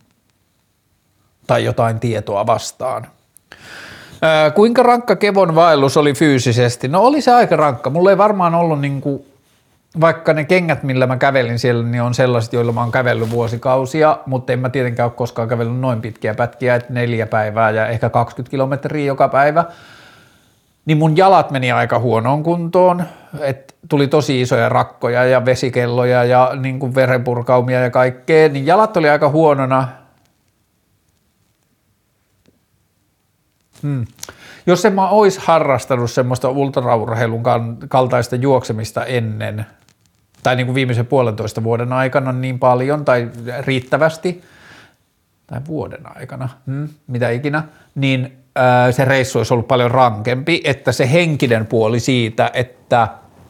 [SPEAKER 1] tai jotain tietoa vastaan. Kuinka rankka Kevon vaellus oli fyysisesti? No oli se aika rankka. Mulla ei varmaan ollut niinku, vaikka ne kengät, millä mä kävelin siellä, niin on sellaiset, joilla mä oon kävellyt vuosikausia, mutta en mä tietenkään ole koskaan kävellyt noin pitkiä pätkiä, että 4 päivää ja ehkä 20 kilometriä joka päivä. Niin mun jalat meni aika huonoon kuntoon, että tuli tosi isoja rakkoja ja vesikelloja ja niin kuin verenpurkaumia ja kaikkea, niin jalat oli aika huonona. Jos en mä ois harrastanut semmoista ultraurheilun kaltaista juoksemista ennen, tai niin kuin viimeisen 1,5 vuoden aikana niin paljon tai riittävästi, tai vuoden aikana, mitä ikinä, niin se reissu olisi ollut paljon rankempi, että se henkinen puoli siitä, että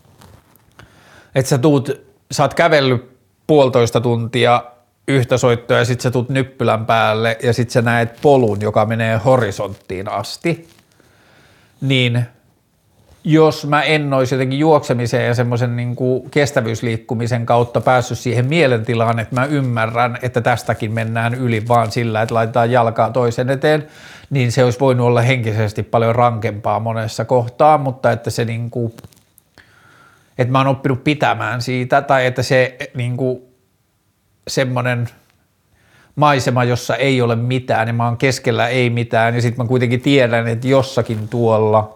[SPEAKER 1] sä oot kävellyt 1,5 tuntia yhtä soittoa ja sit sä tuut nyppylän päälle ja sit sä näet polun, joka menee horisonttiin asti, niin jos mä en olisi jotenkin juoksemisen ja semmoisen niin kuin kestävyysliikkumisen kautta päässyt siihen mielentilaan, että mä ymmärrän, että tästäkin mennään yli vaan sillä, että laitetaan jalkaa toisen eteen, niin se olisi voinut olla henkisesti paljon rankempaa monessa kohtaa, mutta että se niin kuin, että mä oon oppinut pitämään siitä tai että se niin kuin semmoinen maisema, jossa ei ole mitään ja mä oon keskellä ei mitään ja sit mä kuitenkin tiedän, että jossakin tuolla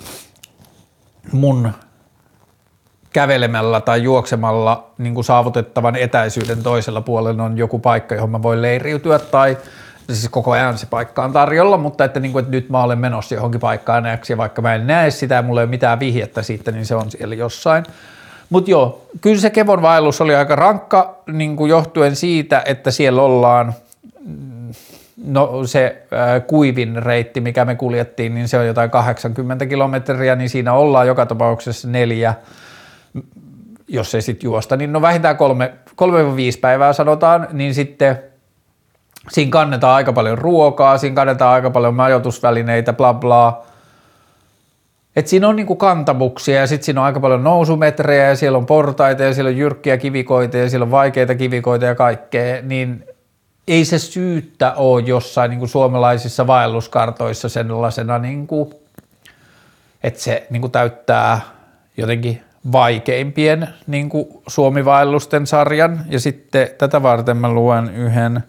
[SPEAKER 1] mun kävelemällä tai juoksemalla niin kuin saavutettavan etäisyyden toisella puolella on joku paikka, johon mä voin leiriytyä tai siis koko ajan se paikka on tarjolla, mutta että, niin kuin, että nyt mä olen menossa johonkin paikkaan ja vaikka mä en näe sitä ja mulla ei ole mitään vihjettä siitä, niin se on siellä jossain. Mutta joo, kyllä se Kevon vaellus oli aika rankka niin kuin johtuen siitä, että siellä ollaan, no se kuivin reitti, mikä me kuljettiin, niin se on jotain 80 kilometriä, niin siinä ollaan joka tapauksessa 4, jos ei sitten juosta, niin no vähintään 3-5 päivää sanotaan, niin sitten siinä kannetaan aika paljon ruokaa, siinä kannetaan aika paljon majoitusvälineitä, bla bla. Et siinä on niinku kantamuksia ja sitten siinä on aika paljon nousumetrejä ja siellä on portaita ja siellä on jyrkkiä kivikoita ja siellä on vaikeita kivikoita ja kaikkea, niin ei se syyttä ole jossain niinku suomalaisissa vaelluskartoissa sellaisena, niinku, että se niinku täyttää jotenkin vaikeimpien niinku Suomi-vaellusten sarjan ja sitten tätä varten mä luen yhden.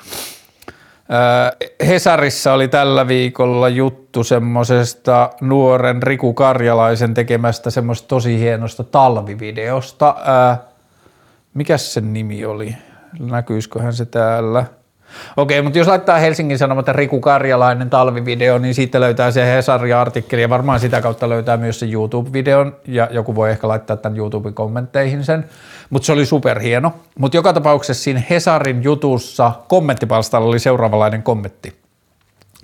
[SPEAKER 1] Hesarissa oli tällä viikolla juttu semmosesta nuoren Riku Karjalaisen tekemästä semmoista tosi hienosta talvivideosta. Mikäs sen nimi oli? Näkyisiköhän se täällä? Okei, mutta jos laittaa Helsingin Sanomat Riku Karjalainen talvivideo, niin siitä löytää se Hesari-artikkeli ja varmaan sitä kautta löytää myös se YouTube-videon ja joku voi ehkä laittaa tämän YouTuben kommentteihin sen, mutta se oli superhieno. Mutta joka tapauksessa siinä Hesarin jutussa kommenttipalstalla oli seuraavanlainen kommentti.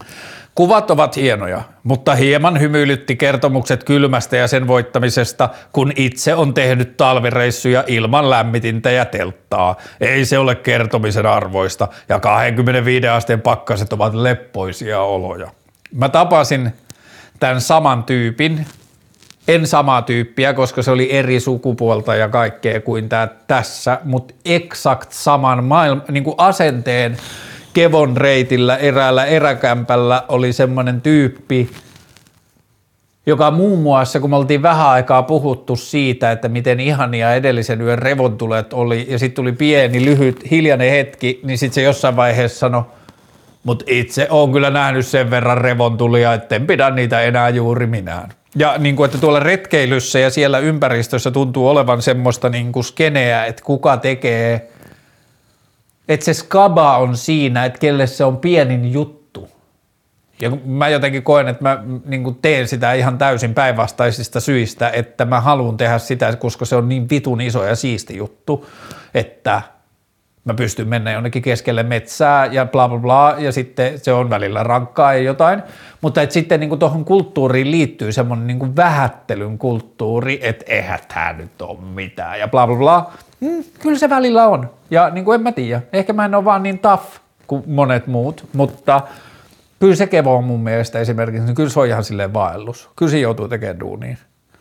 [SPEAKER 1] Kuvat ovat hienoja, mutta hieman hymyilytti kertomukset kylmästä ja sen voittamisesta, kun itse on tehnyt talvireissuja ilman lämmitintä ja telttaa. Ei se ole kertomisen arvoista ja 25 asteen pakkaset ovat leppoisia oloja. Mä tapasin tämän saman tyypin, en samaa tyyppiä, koska se oli eri sukupuolta ja kaikkea kuin tässä, mutta eksakt saman niin kuin asenteen Kevon reitillä eräällä eräkämpällä oli semmoinen tyyppi, joka muun muassa, kun me oltiin vähän aikaa puhuttu siitä, että miten ihania edellisen yön revontulet oli, ja sitten tuli pieni, lyhyt, hiljainen hetki, niin sitten se jossain vaiheessa sanoi, mutta itse olen kyllä nähnyt sen verran revontulia, etten pidä niitä enää juuri minään. Ja niin kuin, että tuolla retkeilyssä ja siellä ympäristössä tuntuu olevan semmoista niin kuin skeneä, että kuka tekee, että se skaba on siinä, että kelle se on pienin juttu. Ja mä jotenkin koen, että mä niin kuin teen sitä ihan täysin päinvastaisista syistä, että mä haluan tehdä sitä, koska se on niin vitun iso ja siisti juttu, että mä pystyn mennä jonnekin keskelle metsää ja bla bla bla, ja sitten se on välillä rankkaa ja jotain. Mutta että sitten niin tuohon kulttuuriin liittyy semmoinen niin vähättelyn kulttuuri, että eihän tää nyt ole mitään ja bla bla bla. Kyllä se välillä on. Ja niin kuin en mä tiedä, ehkä mä en ole vaan niin tough kuin monet muut, mutta kyllä se Kevo on mun mielestä esimerkiksi, niin kyllä se on ihan silleen vaellus. Kyllä se joutuu tekemään duuniin.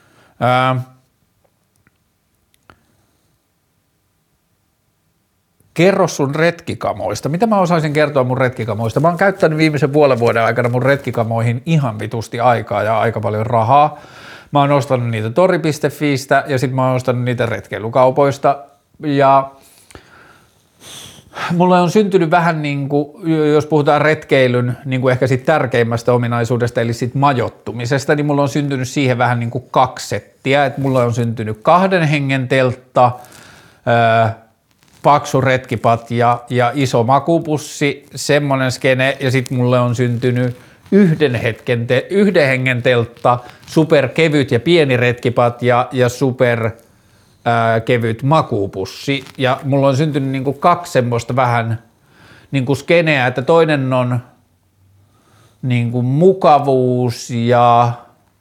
[SPEAKER 1] Kerro sun retkikamoista. Mitä mä osaisin kertoa mun retkikamoista? Mä oon käyttänyt viimeisen puolen vuoden aikana mun retkikamoihin ihan vitusti aikaa ja aika paljon rahaa. Mä oon ostanut niitä tori.fiistä ja sit mä oon ostanut niitä retkeilukaupoista ja mulle on syntynyt vähän niin kuin, jos puhutaan retkeilyn niin kuin ehkä siitä tärkeimmästä ominaisuudesta eli siitä majoittumisesta, niin mulla on syntynyt siihen vähän niin kuin 2 settiä. Et mulla on syntynyt 2 hengen teltta, paksu retkipatja ja iso makupussi, semmonen skene, ja sitten mulle on syntynyt yhden hengen teltta, superkevyt ja pieni retkipatja ja super kevyt makupussi, ja mulla on syntynyt niinku 2 semmoista vähän niinku skeneä, että toinen on niinku mukavuus ja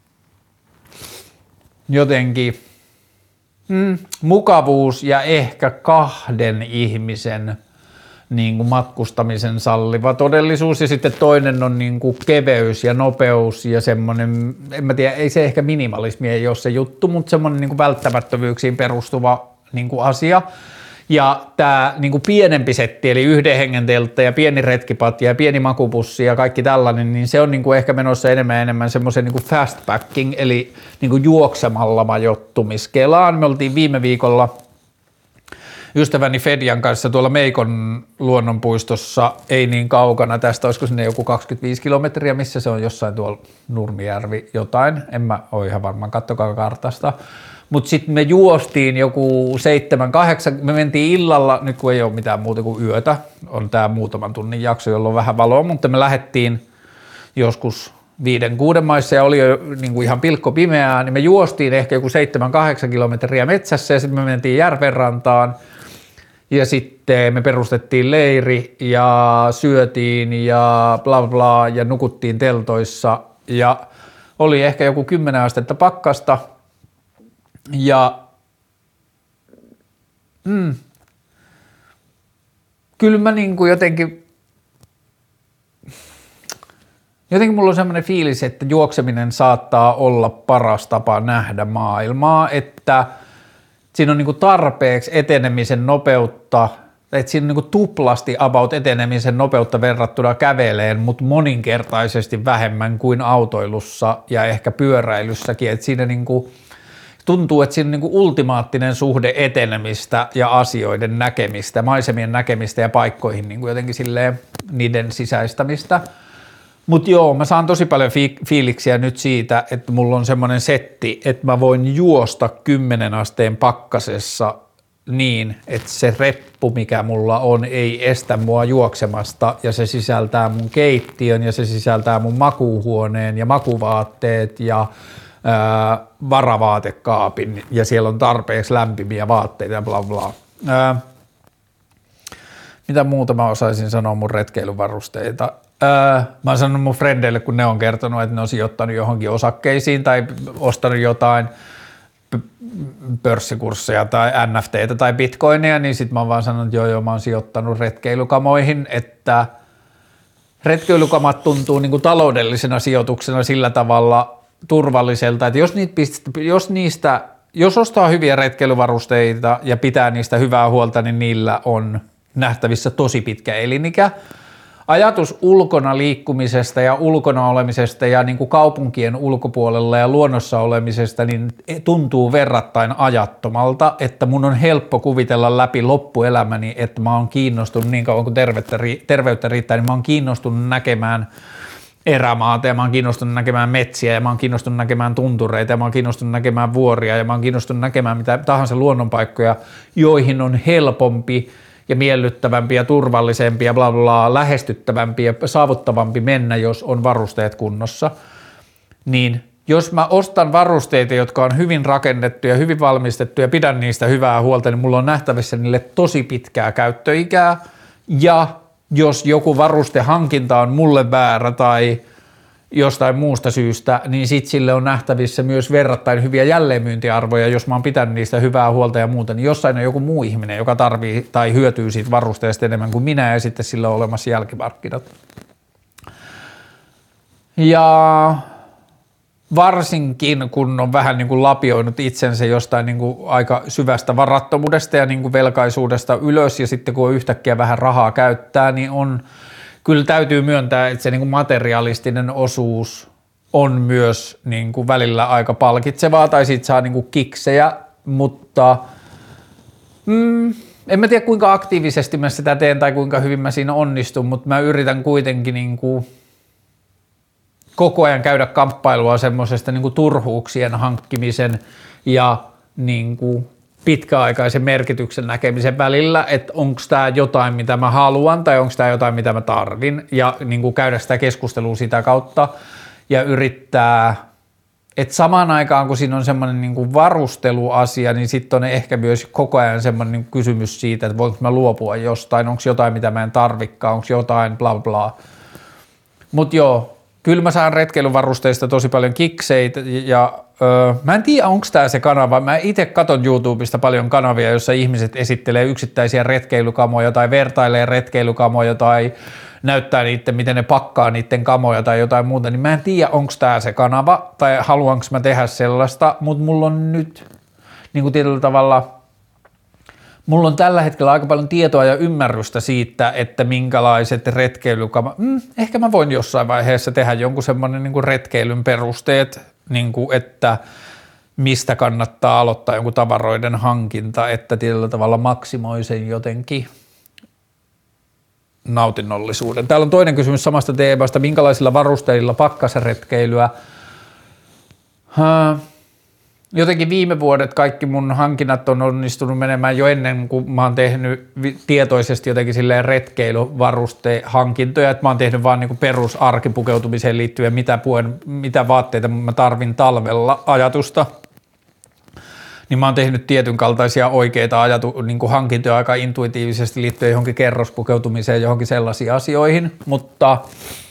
[SPEAKER 1] jotenkin mukavuus ja ehkä 2 ihmisen niin kuin matkustamisen salliva todellisuus ja sitten toinen on niin kuin keveys ja nopeus ja semmoinen, en mä tiedä, ei se ehkä minimalismi ei ole se juttu, mutta semmoinen niin kuin välttämättömyyksiin perustuva niin kuin asia. Ja tämä niin kuin pienempi setti, eli 1 hengen teltta ja pieni retkipatja ja pieni makupussi ja kaikki tällainen, niin se on niin kuin ehkä menossa enemmän semmoisen niin kuin fast packing, eli niin kuin juoksemalla majoittumiskelaan. Me oltiin viime viikolla ystäväni Fedjan kanssa tuolla Meikon luonnonpuistossa, ei niin kaukana tästä, olisiko sinne joku 25 kilometriä, missä se on jossain tuolla Nurmijärvi jotain, en mä ole ihan varmaan, kattokaa kartasta. Mutta sitten me juostiin joku 7-8, me mentiin illalla, nyt kun ei ole mitään muuta kuin yötä, on tää muutaman tunnin jakso, jolloin on vähän valoa, mutta me lähdettiin joskus 5-6 maissa ja oli jo niin kuin ihan pilkko pimeää, niin me juostiin ehkä joku 7-8 kilometriä metsässä ja sitten me mentiin järvenrantaan ja sitten me perustettiin leiri ja syötiin ja bla bla ja nukuttiin teltoissa ja oli ehkä joku 10 astetta pakkasta. Ja kyllä mä niin kuin jotenkin mulla on semmoinen fiilis, että juokseminen saattaa olla paras tapa nähdä maailmaa, että siinä on niin kuin tarpeeksi etenemisen nopeutta, että siinä on niin kuin tuplasti about etenemisen nopeutta verrattuna käveleen, mutta moninkertaisesti vähemmän kuin autoilussa ja ehkä pyöräilyssäkin, että siinä niin kuin tuntuu, että siinä on niin kuin ultimaattinen suhde etenemistä ja asioiden näkemistä, maisemien näkemistä ja paikkoihin niin kuin jotenkin silleen niiden sisäistämistä. Mutta joo, mä saan tosi paljon fiiliksiä nyt siitä, että mulla on semmoinen setti, että mä voin juosta 10 asteen pakkasessa niin, että se reppu, mikä mulla on, ei estä mua juoksemasta ja se sisältää mun keittiön ja se sisältää mun makuuhuoneen ja makuvaatteet ja varavaatekaapin ja siellä on tarpeeksi lämpimiä vaatteita ja bla bla. Mitä muuta mä osaisin sanoa mun retkeilyvarusteita? Mä oon sanonut mun frendeille, kun ne on kertonut, että ne on sijoittanut johonkin osakkeisiin tai ostanut jotain pörssikursseja tai NFTtä tai bitcoinia, niin sit mä oon vaan sanonut, että joo, mä oon sijoittanut retkeilykamoihin, että retkeilykamat tuntuu niin kuin taloudellisena sijoituksena sillä tavalla turvalliselta, että jos ostaa hyviä retkeilyvarusteita ja pitää niistä hyvää huolta, niin niillä on nähtävissä tosi pitkä elinikä. Ajatus ulkona liikkumisesta ja ulkona olemisesta ja niin kuin kaupunkien ulkopuolella ja luonnossa olemisesta niin tuntuu verrattain ajattomalta, että mun on helppo kuvitella läpi loppuelämäni, että mä oon kiinnostunut niin kauan kuin terveyttä riittää, niin mä oon kiinnostunut näkemään erämaata ja mä oon kiinnostunut näkemään metsiä ja mä oon kiinnostunut näkemään tuntureita ja mä oon kiinnostunut näkemään vuoria ja mä oon kiinnostunut näkemään mitä tahansa luonnonpaikkoja, joihin on helpompi ja miellyttävämpi ja turvallisempi ja bla bla, lähestyttävämpi ja saavuttavampi mennä, jos on varusteet kunnossa, niin jos mä ostan varusteita, jotka on hyvin rakennettu ja hyvin valmistettu ja pidän niistä hyvää huolta, niin mulla on nähtävissä niille tosi pitkää käyttöikää, ja jos joku varustehankinta on mulle väärä tai jostain muusta syystä, niin sit sille on nähtävissä myös verrattain hyviä jälleenmyyntiarvoja, jos mä oon pitänyt niistä hyvää huolta ja muuta, niin jossain on joku muu ihminen, joka tarvii tai hyötyy siitä varusteesta enemmän kuin minä ja sitten sillä on olemassa jälkimarkkinat. Ja varsinkin, kun on vähän niin kuin lapioinut itsensä jostain niin kuin aika syvästä varattomuudesta ja niin kuin velkaisuudesta ylös ja sitten kun on yhtäkkiä vähän rahaa käyttää, niin kyllä täytyy myöntää, että se niin kuin materialistinen osuus on myös niin kuin välillä aika palkitsevaa tai siitä saa niin kuin kiksejä, mutta en mä tiedä kuinka aktiivisesti mä sitä teen tai kuinka hyvin mä siinä onnistun, mutta mä yritän kuitenkin niin kuin koko ajan käydä kamppailua semmoisesta niin kuin turhuuksien hankkimisen ja niin kuin pitkäaikaisen merkityksen näkemisen välillä, että onko tämä jotain, mitä mä haluan tai onko tämä jotain, mitä mä tarvin ja niin kuin käydä sitä keskustelua sitä kautta ja yrittää, että samaan aikaan kun siinä on semmoinen niin kuin varusteluasia, niin sitten on ehkä myös koko ajan semmoinen niin kuin kysymys siitä, että voinko mä luopua jostain, onko jotain, mitä mä en tarvikaan, onko jotain bla bla. Mutta joo, kyllä mä saan retkeilyvarusteista tosi paljon kikseitä ja mä en tiedä, onko tämä se kanava. Mä itse katon YouTubesta paljon kanavia, jossa ihmiset esittelee yksittäisiä retkeilykamoja tai vertailee retkeilykamoja tai näyttää niiden, miten ne pakkaa niiden kamoja tai jotain muuta, niin mä en tiedä, onko tämä se kanava tai haluanko mä tehdä sellaista, mutta mulla on nyt niin kuin tietyllä tavalla, mulla on tällä hetkellä aika paljon tietoa ja ymmärrystä siitä, että minkälaiset retkeilykamat, ehkä mä voin jossain vaiheessa tehdä jonkun semmoinen niin kuin retkeilyn perusteet, niin kuin, että mistä kannattaa aloittaa jonkun tavaroiden hankinta, että tietyllä tavalla maksimoi sen jotenkin nautinnollisuuden. Täällä on toinen kysymys samasta teemasta, minkälaisilla varusteilla pakkasretkeilyä. Jotenkin viime vuodet kaikki mun hankinnat on onnistunut menemään jo ennen kuin mä oon tehnyt tietoisesti jotenkin silleen retkeilyvarustehankintoja, että mä oon tehnyt vaan niin kuin perusarkipukeutumiseen liittyen mitä vaatteita mä tarvin talvella ajatusta. Niin mä oon tehnyt tietyn kaltaisia oikeita niin kuin hankintoja aika intuitiivisesti liittyen johonkin kerrospukeutumiseen, johonkin sellaisiin asioihin, mutta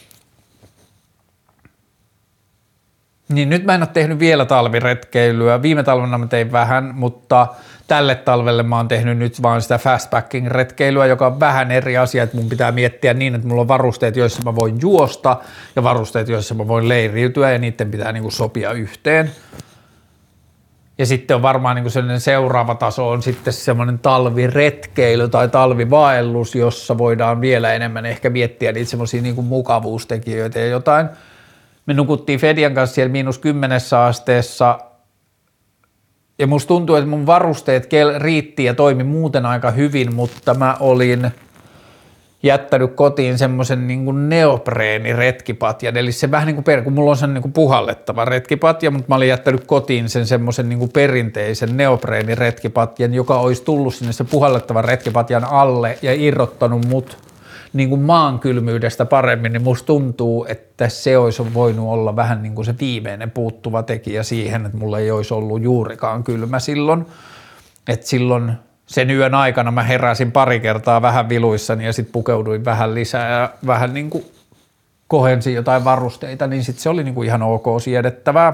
[SPEAKER 1] niin nyt mä en ole tehnyt vielä talviretkeilyä. Viime talvena mä tein vähän, mutta tälle talvelle mä oon tehnyt nyt vaan sitä fastpacking-retkeilyä, joka on vähän eri asia, että mun pitää miettiä niin, että mulla on varusteet, joissa mä voin juosta ja varusteet, joissa mä voin leiriytyä ja niiden pitää niin kuin sopia yhteen. Ja sitten on varmaan niin kuin sellainen seuraava taso on sitten semmoinen talviretkeily tai talvivaellus, jossa voidaan vielä enemmän ehkä miettiä niitä semmoisia niin kuin mukavuustekijöitä ja jotain. Me nukuttiin Fedian kanssa siellä -10 asteessa ja musta tuntuu, että mun varusteet riitti ja toimi muuten aika hyvin, mutta mä olin jättänyt kotiin semmoisen niin kuin neopreeniretkipatjan, eli se vähän niin kuin kun mulla on sen niin kuin puhallettava retkipatja, mutta mä olin jättänyt kotiin sen semmoisen niin kuin perinteisen neopreeniretkipatjan, joka olisi tullut sinne se puhallettavan retkipatjan alle ja irrottanut mut niin kuin maan kylmyydestä paremmin, niin musta tuntuu, että se olisi voinut olla vähän niin kuin se viimeinen puuttuva tekijä siihen, että mulla ei olisi ollut juurikaan kylmä silloin, että silloin sen yön aikana mä heräsin pari kertaa vähän viluissani ja sitten pukeuduin vähän lisää ja vähän niin kuin kohensin jotain varusteita, niin sitten se oli niinku ihan ok siedettävää.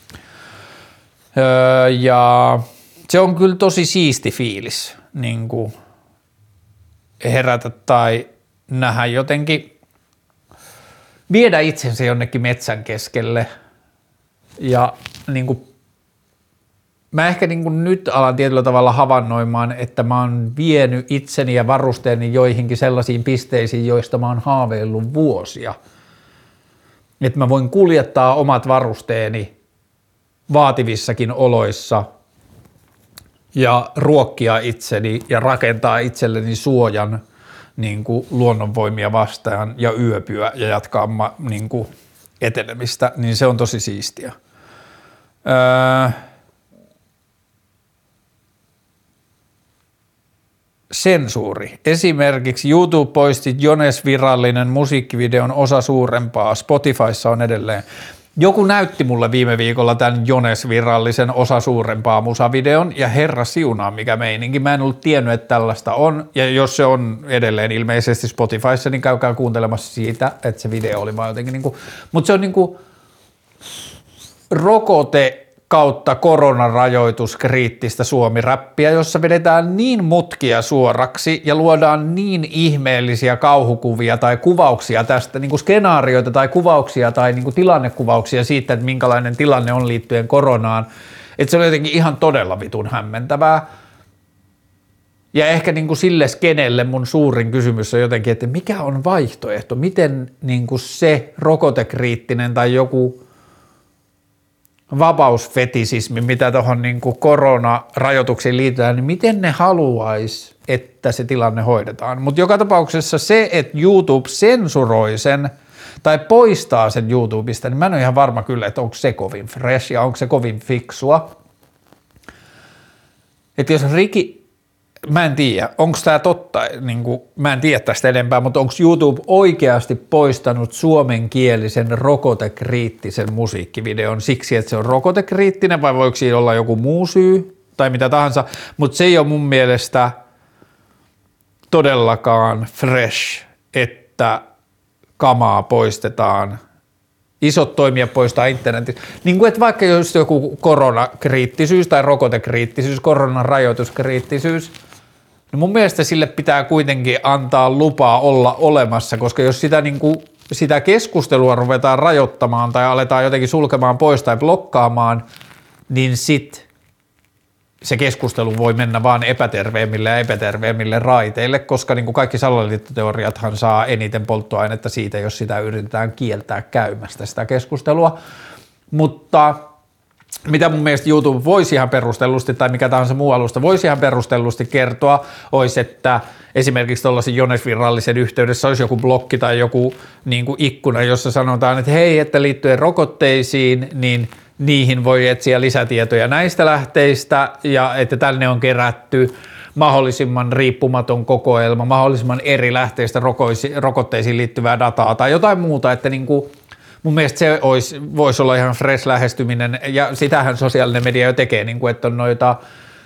[SPEAKER 1] Ja se on kyllä tosi siisti fiilis niinku herätä tai nähdä jotenkin, viedä itsensä jonnekin metsän keskelle ja niinku, mä ehkä niinku nyt alan tietyllä tavalla havainnoimaan, että mä oon vienyt itseni ja varusteeni joihinkin sellaisiin pisteisiin, joista mä oon haaveillut vuosia. Että mä voin kuljettaa omat varusteeni vaativissakin oloissa ja ruokkia itseni ja rakentaa itselleni suojan niin kuin luonnonvoimia vastaan ja yöpyä ja jatkaa niin kuin etenemistä, niin se on tosi siistiä. Sensuuri. Esimerkiksi YouTube poisti Jones virallinen musiikkivideon osa suurempaa, Spotifyssa on edelleen. Joku näytti mulle viime viikolla tämän Jones virallisen osa suurempaa musavideon ja herra siunaa mikä meininki. Mä en ollut tiennyt, että tällaista on ja jos se on edelleen ilmeisesti Spotifyssa, niin käykää kuuntelemassa siitä, että se video oli vaan jotenkin niinku, mutta se on niinku rokote kautta koronarajoitus kriittistä suomiräppiä, jossa vedetään niin mutkia suoraksi ja luodaan niin ihmeellisiä kauhukuvia tai kuvauksia tästä, niin kuin skenaarioita tai kuvauksia tai niin kuin tilannekuvauksia siitä, että minkälainen tilanne on liittyen koronaan, että se oli jotenkin ihan todella vitun hämmentävää. Ja ehkä niin kuin sille skenelle mun suurin kysymys on jotenkin, että mikä on vaihtoehto, miten niin kuin se rokotekriittinen tai joku vapausfetisismi, mitä tuohon niin kuin koronarajoituksiin liitetään, niin miten ne haluaisi, että se tilanne hoidetaan. Mutta joka tapauksessa se, että YouTube sensuroi sen tai poistaa sen YouTubesta, niin mä en ole ihan varma kyllä, että onko se kovin fresh ja onko se kovin fiksua. Että jos mä en tiedä, onko tämä totta, niin kuin, mä en tiedä tästä enempää, mutta onko YouTube oikeasti poistanut suomenkielisen rokotekriittisen musiikkivideon siksi, että se on rokotekriittinen vai voiko siinä olla joku muu syy tai mitä tahansa, mutta se ei ole mun mielestä todellakaan fresh, että kamaa poistetaan, isot toimijat poistaa internetistä, niin kuin että vaikka jos joku koronakriittisyys tai rokotekriittisyys, koronarajoituskriittisyys, niin mun mielestä sille pitää kuitenkin antaa lupaa olla olemassa, koska jos sitä, niin kuin, sitä keskustelua ruvetaan rajoittamaan tai aletaan jotenkin sulkemaan pois tai blokkaamaan, niin sit se keskustelu voi mennä vaan epäterveemmille raiteille, koska niin kuin kaikki salaliittoteoriathan saa eniten polttoainetta siitä, jos sitä yritetään kieltää käymästä sitä keskustelua, mutta mitä mun mielestä YouTube voisi ihan perustellusti tai mikä tahansa muu alusta voisi ihan perustellusti kertoa, olisi, että esimerkiksi tuollaisen Jones virallisen yhteydessä olisi joku blokki tai joku niin kuin ikkuna, jossa sanotaan, että hei, että liittyen rokotteisiin, niin niihin voi etsiä lisätietoja näistä lähteistä ja että tänne on kerätty mahdollisimman riippumaton kokoelma, mahdollisimman eri lähteistä rokotteisiin liittyvää dataa tai jotain muuta, että niin kuin mun mielestä se voisi olla ihan fresh lähestyminen, ja sitähän sosiaalinen media jo tekee, niin kuin, että on noita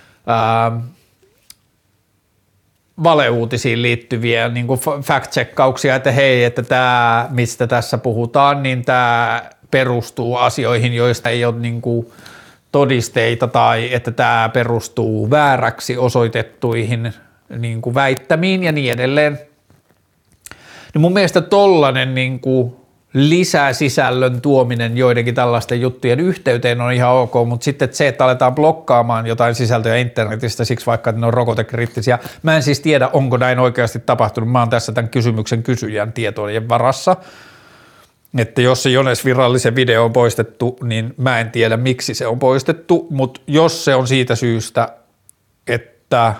[SPEAKER 1] valeuutisiin liittyviä niin kuin fact-checkauksia, että hei, että tämä, mistä tässä puhutaan, niin tämä perustuu asioihin, joista ei ole niin kuin todisteita, tai että tämä perustuu vääräksi osoitettuihin niin kuin väittämiin ja niin edelleen. Niin mun mielestä tollainen niin kuin lisää sisällön tuominen joidenkin tällaisten juttujen yhteyteen on ihan ok, mutta sitten se, että aletaan blokkaamaan jotain sisältöjä internetistä siksi vaikka, että ne on rokotekriittisiä. Mä en siis tiedä, onko näin oikeasti tapahtunut. Mä oon tässä tämän kysymyksen kysyjän tietojen varassa. Että jos se Jones virallisen video on poistettu, niin mä en tiedä, miksi se on poistettu, mutta jos se on siitä syystä, että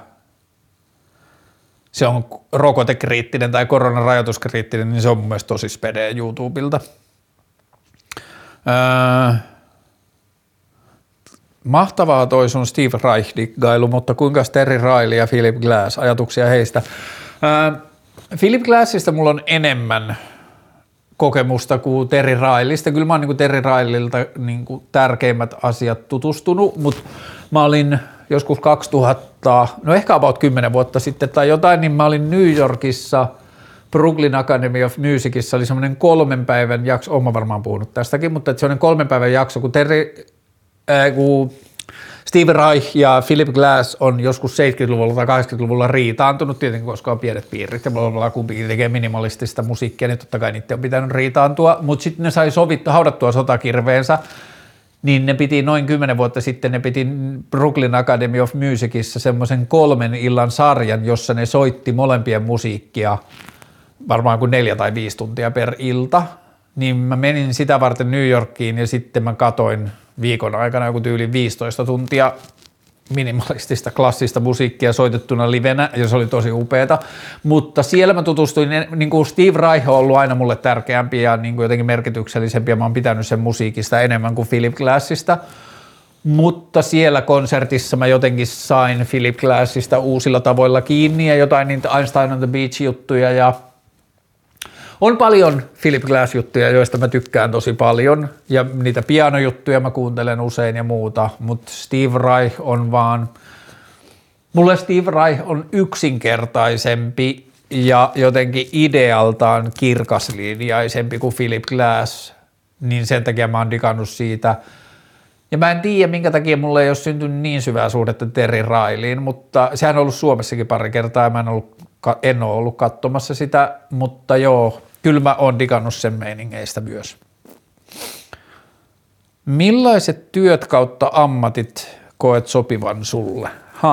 [SPEAKER 1] se on rokotekriittinen tai koronarajoituskriittinen, niin se on mun mielestä tosi spedea YouTubilta. Mahtavaa toi sun Steve Reich-diggailu, mutta kuinka Terry Riley ja Philip Glass, ajatuksia heistä? Philip Glassista mulla on enemmän kokemusta kuin Terry Rileystä. Kyllä mä oon niin kuin Terry Rileylta niin kuin tärkeimmät asiat tutustunut, mutta mä olin joskus 2000, no ehkä about 10 vuotta sitten tai jotain, niin mä olin New Yorkissa Brooklyn Academy of Musicissa oli semmoinen 3 päivän jakso, olen varmaan puhunut tästäkin, mutta semmoinen 3 päivän jakso, kun Steve Reich ja Philip Glass on joskus 70-luvulla tai 80-luvulla riitaantunut, tietenkin koska on pienet piirit ja kumpikin tekee minimalistista musiikkia, niin totta kai niiden on pitänyt riitaantua, mutta sitten ne sai haudattua sotakirveensä, niin ne piti noin 10 vuotta sitten, ne piti Brooklyn Academy of Musicissa semmoisen 3 illan sarjan, jossa ne soitti molempien musiikkia varmaan kuin 4 tai 5 tuntia per ilta, niin mä menin sitä varten New Yorkiin ja sitten mä katoin viikon aikana joku tyyli 15 tuntia minimalistista klassista musiikkia soitettuna livenä ja se oli tosi upeata, mutta siellä mä tutustuin, niin kuin Steve Reich on ollut aina mulle tärkeämpi ja niin kuin jotenkin merkityksellisempi ja mä oon pitänyt sen musiikista enemmän kuin Philip Glassista, mutta siellä konsertissa mä jotenkin sain Philip Glassista uusilla tavoilla kiinni ja jotain niitä Einstein on the Beach-juttuja ja on paljon Philip Glass-juttuja, joista mä tykkään tosi paljon ja niitä pianojuttuja mä kuuntelen usein ja muuta, mutta Steve Reich on vaan, mulle Steve Reich on yksinkertaisempi ja jotenkin idealtaan kirkaslinjaisempi kuin Philip Glass, niin sen takia mä oon digannut siitä. Ja mä en tiedä, minkä takia mulle ei ole syntynyt niin syvää suhdetta Terry Reillyyn, mutta sehän on ollut Suomessakin pari kertaa ja mä en ole ollut katsomassa sitä, mutta joo, kyllä mä oon digannut sen meiningeistä myös. Millaiset työt kautta ammatit koet sopivan sulle?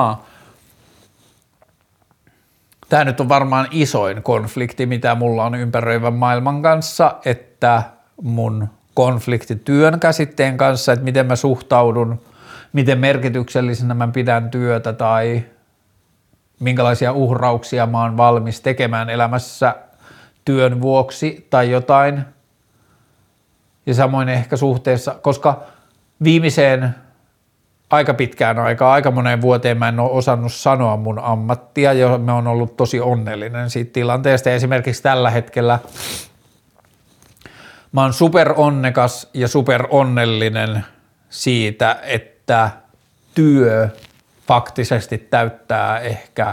[SPEAKER 1] Tämä nyt on varmaan isoin konflikti, mitä mulla on ympäröivän maailman kanssa, että mun konflikti työn käsitteen kanssa, että miten mä suhtaudun, miten merkityksellisenä mä pidän työtä tai minkälaisia uhrauksia mä oon valmis tekemään elämässä työn vuoksi tai jotain. Ja samoin ehkä suhteessa, koska viimeiseen aika pitkään aikaa, aika moneen vuoteen mä en ole osannut sanoa mun ammattia ja mä oon ollut tosi onnellinen siitä tilanteesta. Ja esimerkiksi tällä hetkellä mä oon super onnekas ja super onnellinen siitä, että työ faktisesti täyttää ehkä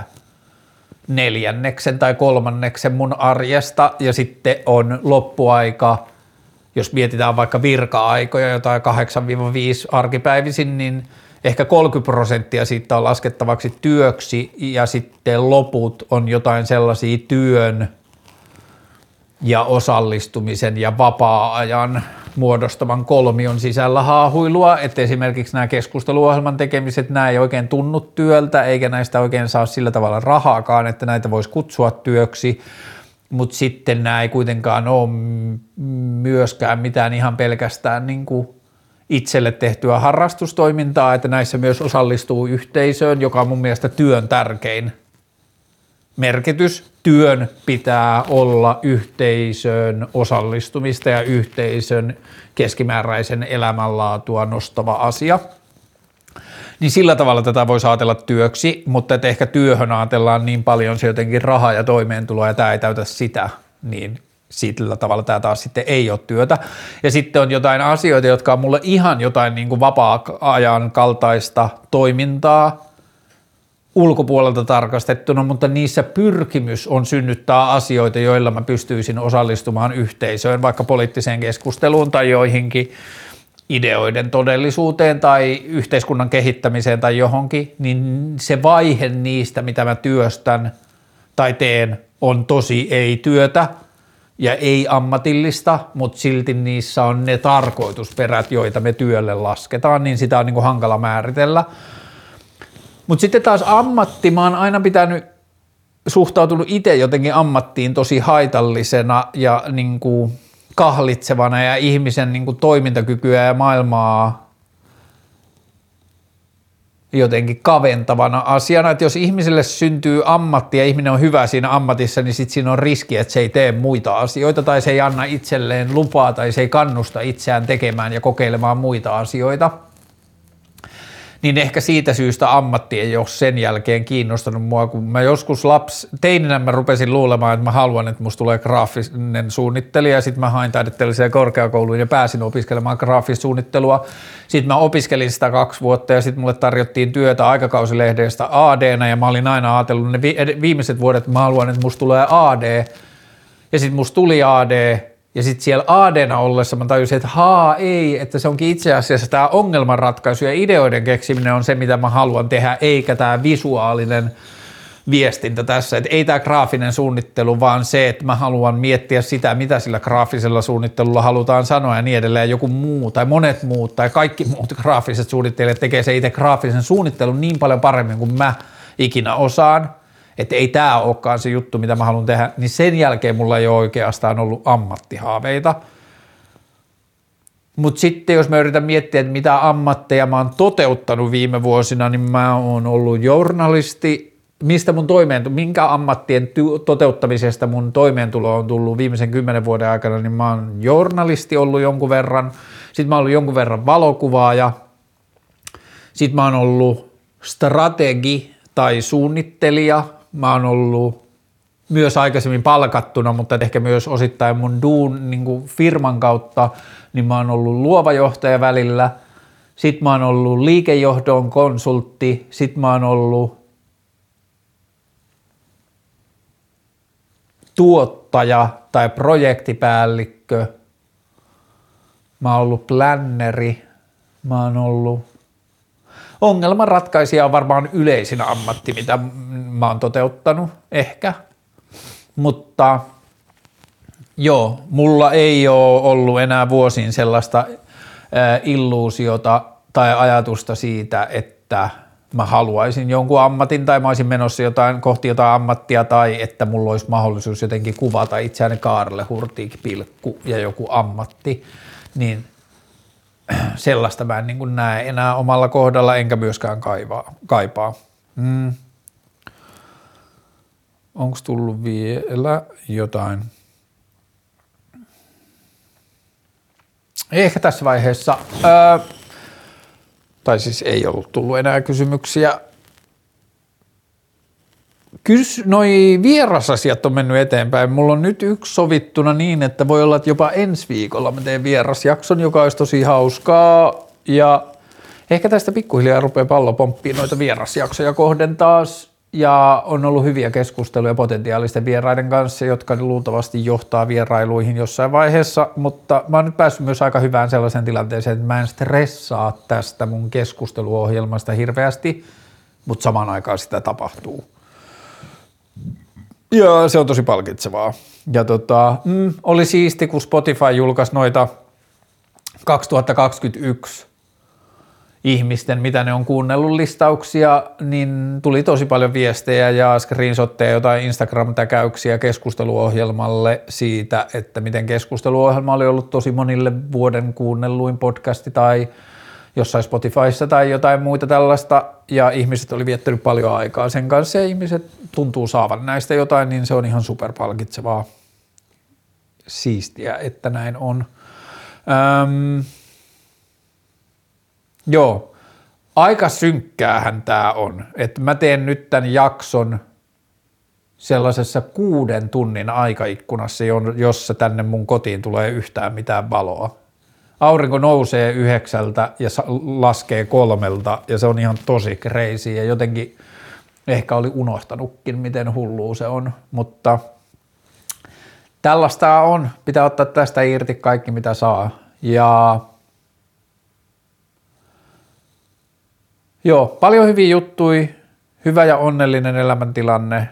[SPEAKER 1] 4 tai 3 mun arjesta ja sitten on loppuaika, jos mietitään vaikka virka-aikoja jotain 8-5 arkipäivisin, niin ehkä 30% siitä on laskettavaksi työksi ja sitten loput on jotain sellaisia työn ja osallistumisen ja vapaa-ajan muodostavan kolmion sisällä haahuilua, että esimerkiksi nämä keskusteluohjelman tekemiset, nämä ei oikein tunnu työltä, eikä näistä oikein saa sillä tavalla rahaakaan, että näitä voisi kutsua työksi, mutta sitten nämä ei kuitenkaan ole myöskään mitään ihan pelkästään niin kuin itselle tehtyä harrastustoimintaa, että näissä myös osallistuu yhteisöön, joka on mun mielestä työn tärkein merkitys. Työn pitää olla yhteisön osallistumista ja yhteisön keskimääräisen elämänlaatua nostava asia. Niin sillä tavalla tätä voisi ajatella työksi, mutta että ehkä työhön ajatellaan niin paljon se jotenkin rahaa ja toimeentuloa ja tämä ei täytä sitä, niin sillä tavalla tämä taas sitten ei ole työtä. Ja sitten on jotain asioita, jotka on mulle ihan jotain niin kuin vapaa-ajan kaltaista toimintaa, ulkopuolelta tarkastettuna, mutta niissä pyrkimys on synnyttää asioita, joilla mä pystyisin osallistumaan yhteisöön, vaikka poliittiseen keskusteluun tai joihinkin ideoiden todellisuuteen tai yhteiskunnan kehittämiseen tai johonkin, niin se vaihe niistä, mitä mä työstän tai teen, on tosi ei-työtä ja ei-ammatillista, mutta silti niissä on ne tarkoitusperät, joita me työlle lasketaan, niin sitä on niin kuin hankala määritellä. Mutta sitten taas ammatti, mä oon aina suhtautunut itse jotenkin ammattiin tosi haitallisena ja niin kuin kahlitsevana ja ihmisen niin kuin toimintakykyä ja maailmaa jotenkin kaventavana asiana, että jos ihmiselle syntyy ammatti ja ihminen on hyvä siinä ammatissa, niin sitten siinä on riski, että se ei tee muita asioita tai se ei anna itselleen lupaa tai se ei kannusta itseään tekemään ja kokeilemaan muita asioita. Niin ehkä siitä syystä ammatti ei ole sen jälkeen kiinnostanut mua, kun mä joskus teininä mä rupesin luulemaan, että mä haluan, että musta tulee graafinen suunnittelija, sitten mä hain taidetteelliseen korkeakouluun ja pääsin opiskelemaan graafista suunnittelua. Sitten mä opiskelin sitä 2 vuotta ja sitten mulle tarjottiin työtä aikakausilehdestä AD-nä ja mä olin aina ajatellut ne viimeiset vuodet, että mä haluan, että musta tulee AD, Ja sitten musta tuli AD, ja sitten siellä AD:na ollessa mä tajusin, että ei, että se onkin itse asiassa tämä ongelmanratkaisu ja ideoiden keksiminen on se, mitä mä haluan tehdä, eikä tämä visuaalinen viestintä tässä, että ei tämä graafinen suunnittelu, vaan se, että mä haluan miettiä sitä, mitä sillä graafisella suunnittelulla halutaan sanoa ja niin edelleen, joku muu tai monet muut tai kaikki muut graafiset suunnittelijat tekee se itse graafisen suunnittelun niin paljon paremmin kuin mä ikinä osaan, että ei tämä olekaan se juttu, mitä mä haluan tehdä, niin sen jälkeen mulla ei ole oikeastaan ollut ammattihaaveita. Mutta sitten jos mä yritän miettiä, että mitä ammatteja mä oon toteuttanut viime vuosina, niin mä oon ollut journalisti, minkä ammattien toteuttamisesta mun toimeentulo on tullut viimeisen 10 vuoden aikana, niin mä oon journalisti ollut jonkun verran, sitten mä oon ollut jonkun verran valokuvaaja, sitten mä oon ollut strategi tai suunnittelija, mä oon ollut myös aikaisemmin palkattuna, mutta ehkä myös osittain mun niin kuin firman kautta, niin mä oon ollut luova johtaja välillä, sitten mä oon ollut liikejohdon konsultti, sitten mä oon ollut tuottaja tai projektipäällikkö, mä oon ollut planneri, mä oon ollut ongelmanratkaisija on varmaan yleisin ammatti, mitä mä oon toteuttanut ehkä, mutta joo, mulla ei ole ollut enää vuosiin sellaista illuusiota tai ajatusta siitä, että mä haluaisin jonkun ammatin tai mä olisin menossa kohti jotain ammattia tai että mulla olisi mahdollisuus jotenkin kuvata itseäni Kaarle Hurtig pilkku ja joku ammatti, niin sellaista mä en niin kuin näe enää omalla kohdalla enkä myöskään kaipaa. Onko tullut vielä jotain? Ehkä tässä vaiheessa, tai siis ei ollut tullut enää kysymyksiä. Noi vierasasiat on mennyt eteenpäin. Mulla on nyt yksi sovittuna niin, että voi olla, että jopa ensi viikolla mä teen vierasjakson, joka olisi tosi hauskaa. Ja ehkä tästä pikkuhiljaa rupeaa pallo pomppiin noita vierasjaksoja kohden taas. Ja on ollut hyviä keskusteluja potentiaalisten vieraiden kanssa, jotka luultavasti johtaa vierailuihin jossain vaiheessa, mutta mä oon nyt päässyt myös aika hyvään sellaiseen tilanteeseen, että mä en stressaa tästä mun keskusteluohjelmasta hirveästi, mutta samaan aikaan sitä tapahtuu. Ja se on tosi palkitsevaa. Ja oli siisti, kun Spotify julkaisi noita 2021 ihmisten, mitä ne on kuunnellut listauksia, niin tuli tosi paljon viestejä ja screenshotteja, jotain Instagram-täkäyksiä keskusteluohjelmalle siitä, että miten keskusteluohjelma oli ollut tosi monille vuoden kuunnelluin podcasti tai jossain Spotifyssa tai jotain muita tällaista, ja ihmiset oli viettänyt paljon aikaa sen kanssa, ja ihmiset tuntuu saavan näistä jotain, niin se on ihan superpalkitsevaa. Siistiä, että näin on. Joo, aika synkkäähän tää on, että mä teen nyt tämän jakson sellaisessa 6 tunnin aikaikkunassa, jossa tänne mun kotiin tulee yhtään mitään valoa. Aurinko nousee 9 ja laskee 3 ja se on ihan tosi crazy ja jotenkin ehkä oli unohtanutkin, miten hullua se on, mutta tällaista on, pitää ottaa tästä irti kaikki mitä saa ja joo, paljon hyviä juttuja, hyvä ja onnellinen elämäntilanne.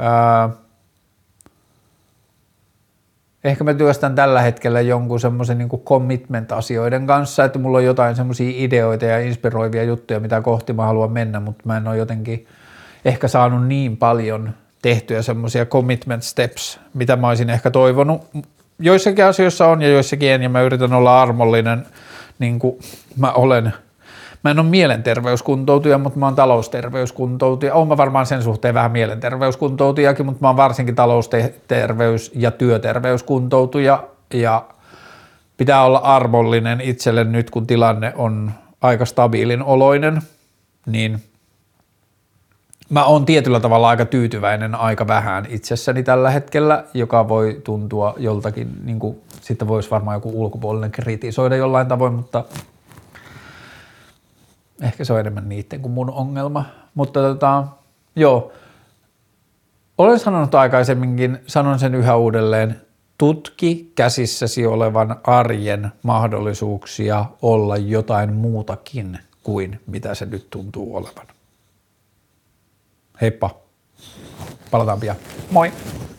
[SPEAKER 1] Ehkä mä työstän tällä hetkellä jonkun semmoisen niin kuin commitment-asioiden kanssa, että mulla on jotain semmoisia ideoita ja inspiroivia juttuja, mitä kohti mä haluan mennä, mutta mä en ole jotenkin ehkä saanut niin paljon tehtyä semmoisia commitment steps, mitä mä olisin ehkä toivonut. Joissakin asioissa on ja joissakin en, ja mä yritän olla armollinen, niin kuin mä olen. Mä en ole mielenterveyskuntoutuja, mutta mä oon talousterveyskuntoutuja. Oon mä varmaan sen suhteen vähän mielenterveyskuntoutujakin, mutta mä oon varsinkin talousterveys- ja työterveyskuntoutuja. Ja pitää olla armollinen itselle nyt, kun tilanne on aika stabiilin oloinen, niin mä oon tietyllä tavalla aika tyytyväinen aika vähän itsessäni tällä hetkellä, joka voi tuntua joltakin, niin kuin sitten voisi varmaan joku ulkopuolinen kritisoida jollain tavoin, mutta ehkä se on enemmän niiden kuin mun ongelma, mutta joo, Olen sanonut aikaisemminkin, sanon sen yhä uudelleen, tutki käsissäsi olevan arjen mahdollisuuksia olla jotain muutakin kuin mitä se nyt tuntuu olevan. Heippa. Palataan pian. Moi!